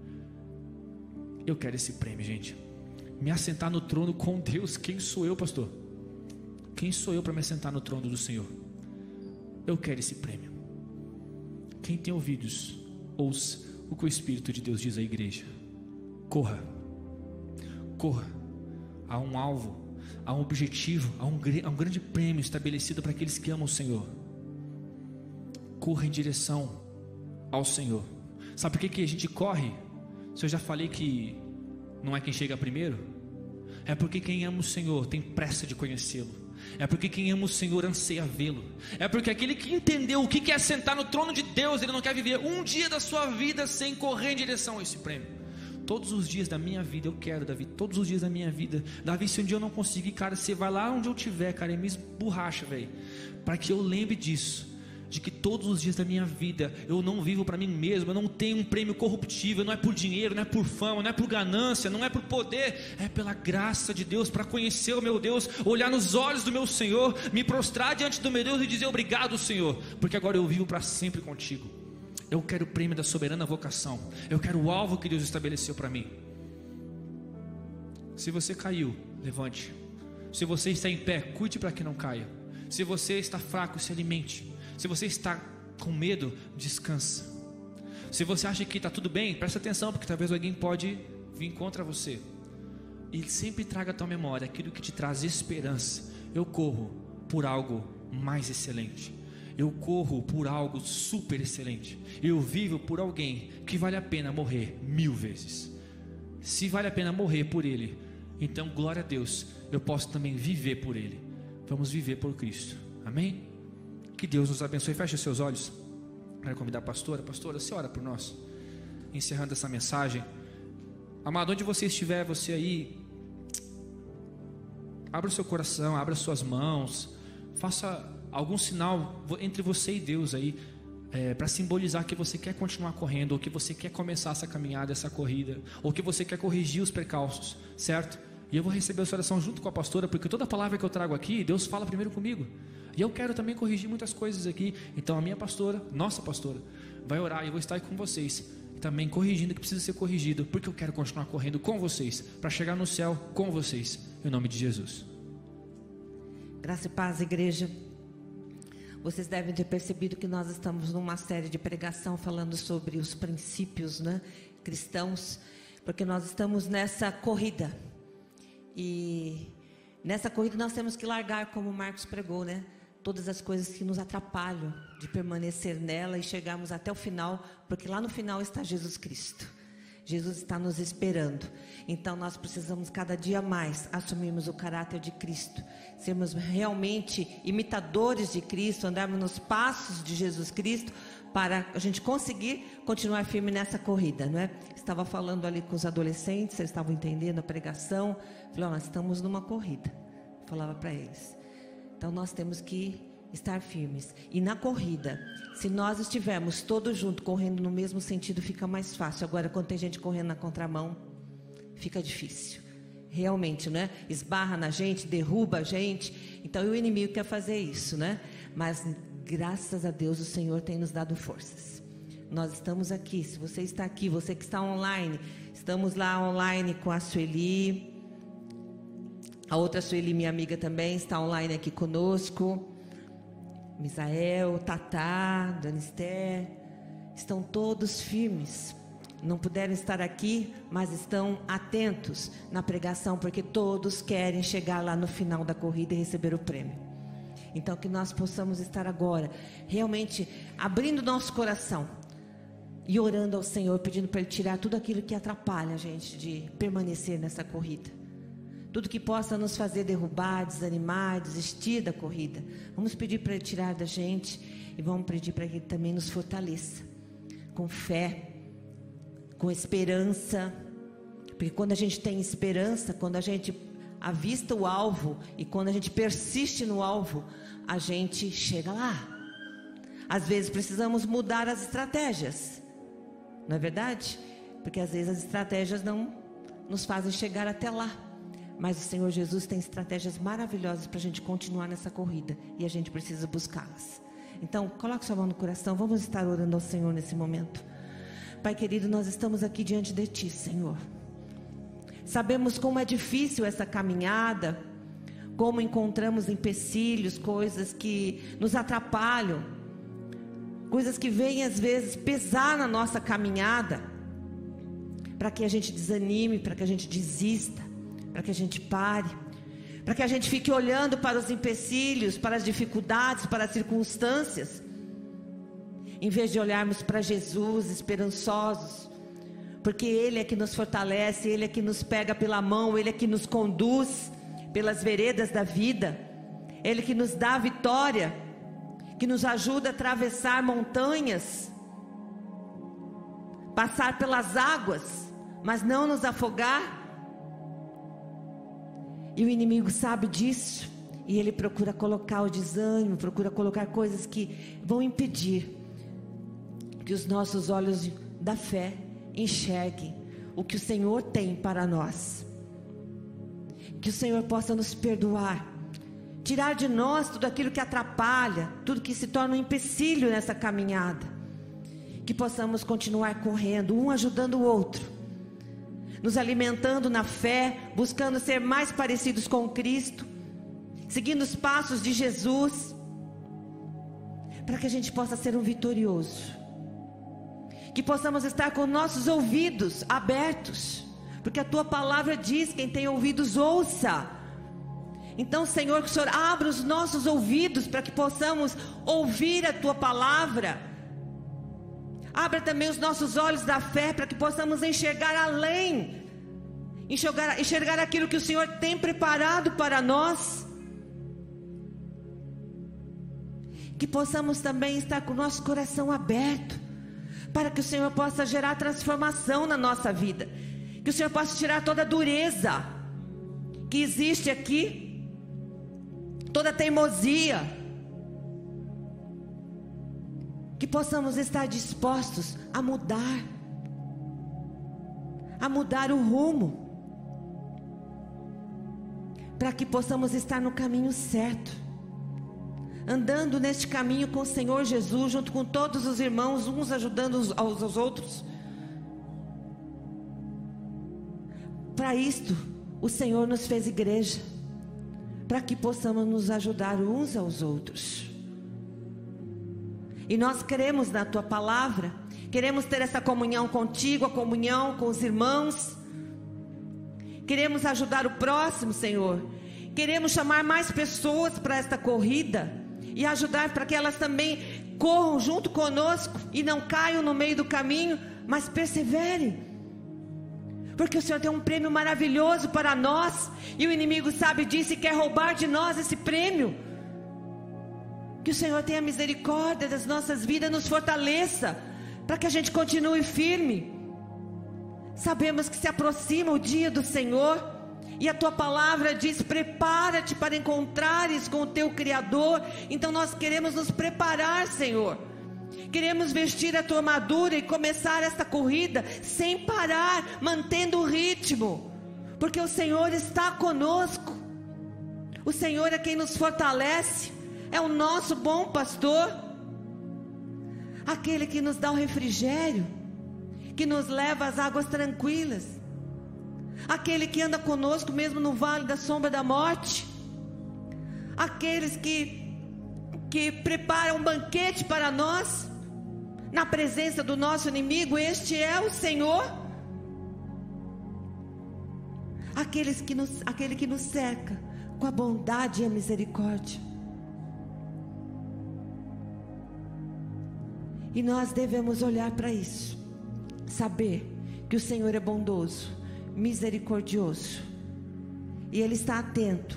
Eu quero esse prêmio, gente. Me assentar no trono com Deus. Quem sou eu, pastor? Quem sou eu para me assentar no trono do Senhor? Eu quero esse prêmio. Quem tem ouvidos, ouça o que o Espírito de Deus diz à igreja. Corra. Corra. Há um alvo, há um objetivo, há um grande prêmio estabelecido para aqueles que amam o Senhor. Corra em direção ao Senhor. Sabe por que a gente corre? Se eu já falei que não é quem chega primeiro? É porque quem ama o Senhor tem pressa de conhecê-lo. É porque quem ama o Senhor anseia vê-lo. É porque aquele que entendeu o que é sentar no trono de Deus, ele não quer viver um dia da sua vida sem correr em direção a esse prêmio. Todos os dias da minha vida eu quero, Davi, todos os dias da minha vida. Davi, se um dia eu não conseguir, cara, você vai lá onde eu estiver, cara, e me esborracha, velho, para que eu lembre disso, de que todos os dias da minha vida eu não vivo para mim mesmo, eu não tenho um prêmio corruptível, não é por dinheiro, não é por fama, não é por ganância, não é por poder, é pela graça de Deus, para conhecer o meu Deus, olhar nos olhos do meu Senhor, me prostrar diante do meu Deus e dizer obrigado, Senhor, porque agora eu vivo para sempre contigo. Eu quero o prêmio da soberana vocação, eu quero o alvo que Deus estabeleceu para mim. Se você caiu, levante. Se você está em pé, cuide para que não caia. Se você está fraco, se alimente. Se você está com medo, descansa. Se você acha que está tudo bem, presta atenção, porque talvez alguém pode vir contra você. E sempre traga à tua memória aquilo que te traz esperança. Eu corro por algo mais excelente. Eu corro por algo super excelente. Eu vivo por alguém que vale a pena morrer 1000 vezes. Se vale a pena morrer por ele, então glória a Deus, eu posso também viver por ele. Vamos viver por Cristo, amém? Que Deus nos abençoe. Feche os seus olhos. Quero convidar a pastora. Pastora, você ora por nós, encerrando essa mensagem. Amado, onde você estiver, você aí, abra o seu coração, abra as suas mãos, faça algum sinal entre você e Deus aí, para simbolizar que você quer continuar correndo, ou que você quer começar essa caminhada, essa corrida, ou que você quer corrigir os percalços, certo? E eu vou receber a sua oração junto com a pastora, porque toda palavra que eu trago aqui, Deus fala primeiro comigo, e eu quero também corrigir muitas coisas aqui. Então a minha pastora, nossa pastora, vai orar, e eu vou estar aí com vocês, também corrigindo o que precisa ser corrigido, porque eu quero continuar correndo com vocês, para chegar no céu com vocês, em nome de Jesus. Graça e paz, igreja. Vocês devem ter percebido que nós estamos numa série de pregação falando sobre os princípios, né, cristãos, porque nós estamos nessa corrida. E nessa corrida nós temos que largar, como o Marcos pregou, né, todas as coisas que nos atrapalham de permanecer nela e chegarmos até o final, porque lá no final está Jesus Cristo. Jesus está nos esperando. Então nós precisamos cada dia mais assumirmos o caráter de Cristo, sermos realmente imitadores de Cristo, andarmos nos passos de Jesus Cristo, para a gente conseguir continuar firme nessa corrida, não é? Estava falando ali com os adolescentes, eles estavam entendendo a pregação. Falei, nós estamos numa corrida, falava para eles. Então nós temos que estar firmes. E na corrida, se nós estivermos todos juntos correndo no mesmo sentido, fica mais fácil. Agora, quando tem gente correndo na contramão, fica difícil. Realmente, né? Esbarra na gente, derruba a gente. Então o inimigo quer fazer isso, né? Mas graças a Deus o Senhor tem nos dado forças. Nós estamos aqui. Se você está aqui, você que está online, estamos lá online com a Sueli. A outra Sueli, minha amiga também, está online aqui conosco. Misael, Tatá, Dona Esther, estão todos firmes. Não puderam estar aqui, mas estão atentos na pregação, porque todos querem chegar lá no final da corrida e receber o prêmio. Então que nós possamos estar agora realmente abrindo nosso coração e orando ao Senhor, pedindo para Ele tirar tudo aquilo que atrapalha a gente de permanecer nessa corrida. Tudo que possa nos fazer derrubar, desanimar, desistir da corrida. Vamos pedir para Ele tirar da gente e vamos pedir para que Ele também nos fortaleça com fé, com esperança. Porque quando a gente tem esperança, quando a gente avista o alvo e quando a gente persiste no alvo, a gente chega lá. Às vezes precisamos mudar as estratégias, não é verdade? Porque às vezes as estratégias não nos fazem chegar até lá. Mas o Senhor Jesus tem estratégias maravilhosas para a gente continuar nessa corrida. E a gente precisa buscá-las. Então, coloque sua mão no coração. Vamos estar orando ao Senhor nesse momento. Pai querido, nós estamos aqui diante de Ti, Senhor. Sabemos como é difícil essa caminhada. Como encontramos empecilhos, coisas que nos atrapalham. Coisas que vêm às vezes pesar na nossa caminhada. Para que a gente desanime, para que a gente desista. Para que a gente pare, para que a gente fique olhando para os empecilhos, para as dificuldades, para as circunstâncias, em vez de olharmos para Jesus esperançosos, porque Ele é que nos fortalece, Ele é que nos pega pela mão, Ele é que nos conduz pelas veredas da vida, Ele que nos dá a vitória, que nos ajuda a atravessar montanhas, passar pelas águas, mas não nos afogar. E o inimigo sabe disso, e ele procura colocar o desânimo, procura colocar coisas que vão impedir que os nossos olhos da fé enxerguem o que o Senhor tem para nós. Que o Senhor possa nos perdoar, tirar de nós tudo aquilo que atrapalha, tudo que se torna um empecilho nessa caminhada. Que possamos continuar correndo, um ajudando o outro, nos alimentando na fé, buscando ser mais parecidos com Cristo, seguindo os passos de Jesus, para que a gente possa ser um vitorioso. Que possamos estar com nossos ouvidos abertos, porque a Tua palavra diz: quem tem ouvidos ouça. Então, Senhor, que o Senhor abra os nossos ouvidos para que possamos ouvir a Tua palavra. Abra também os nossos olhos da fé para que possamos enxergar além, enxergar aquilo que o Senhor tem preparado para nós. Que possamos também estar com o nosso coração aberto, para que o Senhor possa gerar transformação na nossa vida. Que o Senhor possa tirar toda a dureza que existe aqui, toda a teimosia. Que possamos estar dispostos a mudar o rumo, para que possamos estar no caminho certo, andando neste caminho com o Senhor Jesus, junto com todos os irmãos, uns ajudando aos outros. Para isto, o Senhor nos fez igreja, para que possamos nos ajudar uns aos outros. E nós queremos na Tua palavra, queremos ter essa comunhão contigo, a comunhão com os irmãos. Queremos ajudar o próximo, Senhor. Queremos chamar mais pessoas para esta corrida e ajudar para que elas também corram junto conosco e não caiam no meio do caminho, mas perseverem. Porque o Senhor tem um prêmio maravilhoso para nós, e o inimigo sabe disso e quer roubar de nós esse prêmio. Que o Senhor tenha misericórdia das nossas vidas, nos fortaleça, para que a gente continue firme. Sabemos que se aproxima o dia do Senhor, e a Tua palavra diz: prepara-te para encontrares com o Teu Criador. Então nós queremos nos preparar, Senhor. Queremos vestir a Tua armadura e começar esta corrida sem parar, mantendo o ritmo, porque o Senhor está conosco. O Senhor é quem nos fortalece, é o nosso bom pastor, aquele que nos dá o refrigério, que nos leva às águas tranquilas, aquele que anda conosco mesmo no vale da sombra da morte, aqueles que preparam um banquete para nós, na presença do nosso inimigo. Este é o Senhor, aquele que nos cerca com a bondade e a misericórdia. E nós devemos olhar para isso, saber que o Senhor é bondoso, misericordioso, e Ele está atento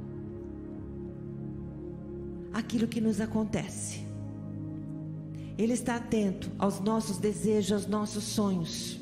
àquilo que nos acontece. Ele está atento aos nossos desejos, aos nossos sonhos,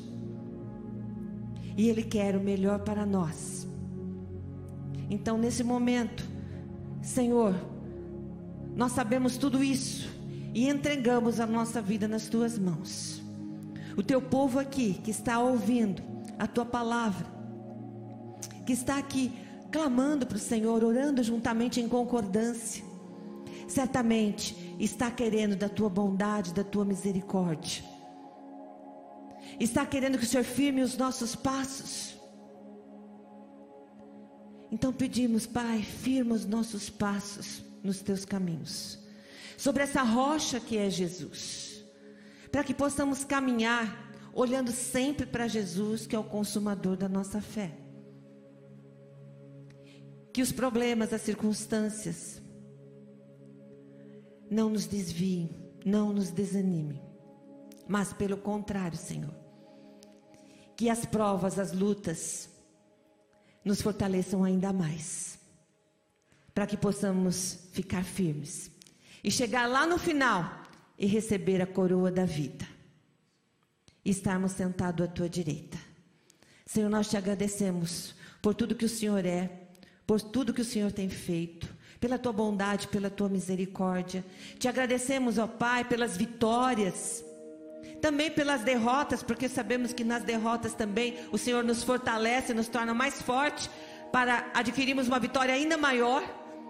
e Ele quer o melhor para nós. Então, nesse momento, Senhor, nós sabemos tudo isso e entregamos a nossa vida nas Tuas mãos. O Teu povo aqui, que está ouvindo a Tua palavra, que está aqui clamando para o Senhor, orando juntamente em concordância, certamente está querendo da Tua bondade, da Tua misericórdia, está querendo que o Senhor firme os nossos passos. Então pedimos, Pai, firma os nossos passos nos Teus caminhos, sobre essa rocha que é Jesus, para que possamos caminhar olhando sempre para Jesus, que é o consumador da nossa fé. Que os problemas, as circunstâncias não nos desviem, não nos desanimem, mas pelo contrário, Senhor, que as provas, as lutas, nos fortaleçam ainda mais, para que possamos ficar firmes e chegar lá no final e receber a coroa da vida e estarmos sentados à tua direita. Senhor, nós te agradecemos por tudo que o Senhor é, por tudo que o Senhor tem feito, pela tua bondade, pela tua misericórdia. Te agradecemos, ó Pai, pelas vitórias, também pelas derrotas, porque sabemos que nas derrotas também o Senhor nos fortalece, nos torna mais forte para adquirirmos uma vitória ainda maior.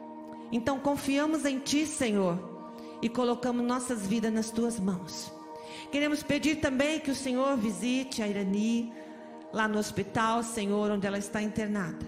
Então confiamos em Ti, Senhor, e colocamos nossas vidas nas Tuas mãos. Queremos pedir também que o Senhor visite a Irani, lá no hospital, Senhor, onde ela está internada.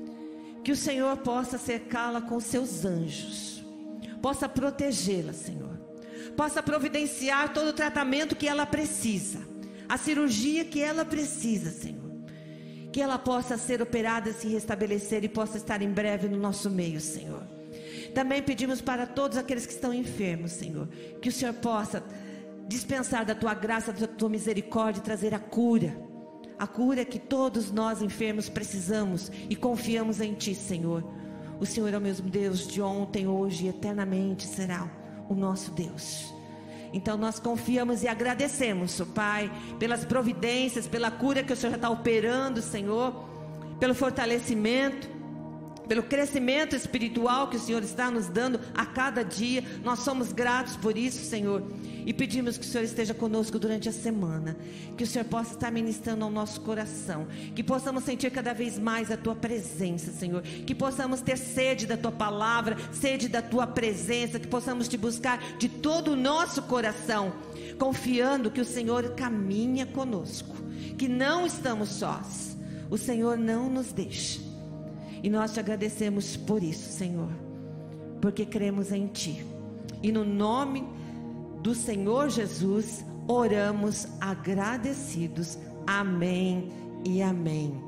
Que o Senhor possa cercá-la com seus anjos, possa protegê-la, Senhor, possa providenciar todo o tratamento que ela precisa, a cirurgia que ela precisa, Senhor, que ela possa ser operada, se restabelecer e possa estar em breve no nosso meio, Senhor. Também pedimos para todos aqueles que estão enfermos, Senhor, que o Senhor possa dispensar da tua graça, da tua misericórdia e trazer a cura que todos nós enfermos precisamos e confiamos em Ti, Senhor. O Senhor é o mesmo Deus de ontem, hoje e eternamente será o nosso Deus. Então nós confiamos e agradecemos, ó Pai, pelas providências, pela cura que o Senhor já está operando, Senhor, pelo fortalecimento, pelo crescimento espiritual que o Senhor está nos dando a cada dia. Nós somos gratos por isso, Senhor, e pedimos que o Senhor esteja conosco durante a semana, que o Senhor possa estar ministrando ao nosso coração, que possamos sentir cada vez mais a Tua presença, Senhor, que possamos ter sede da Tua palavra, sede da Tua presença, que possamos Te buscar de todo o nosso coração, confiando que o Senhor caminha conosco, que não estamos sós, o Senhor não nos deixa. E nós te agradecemos por isso, Senhor, porque cremos em Ti. E no nome do Senhor Jesus, oramos agradecidos. Amém e amém.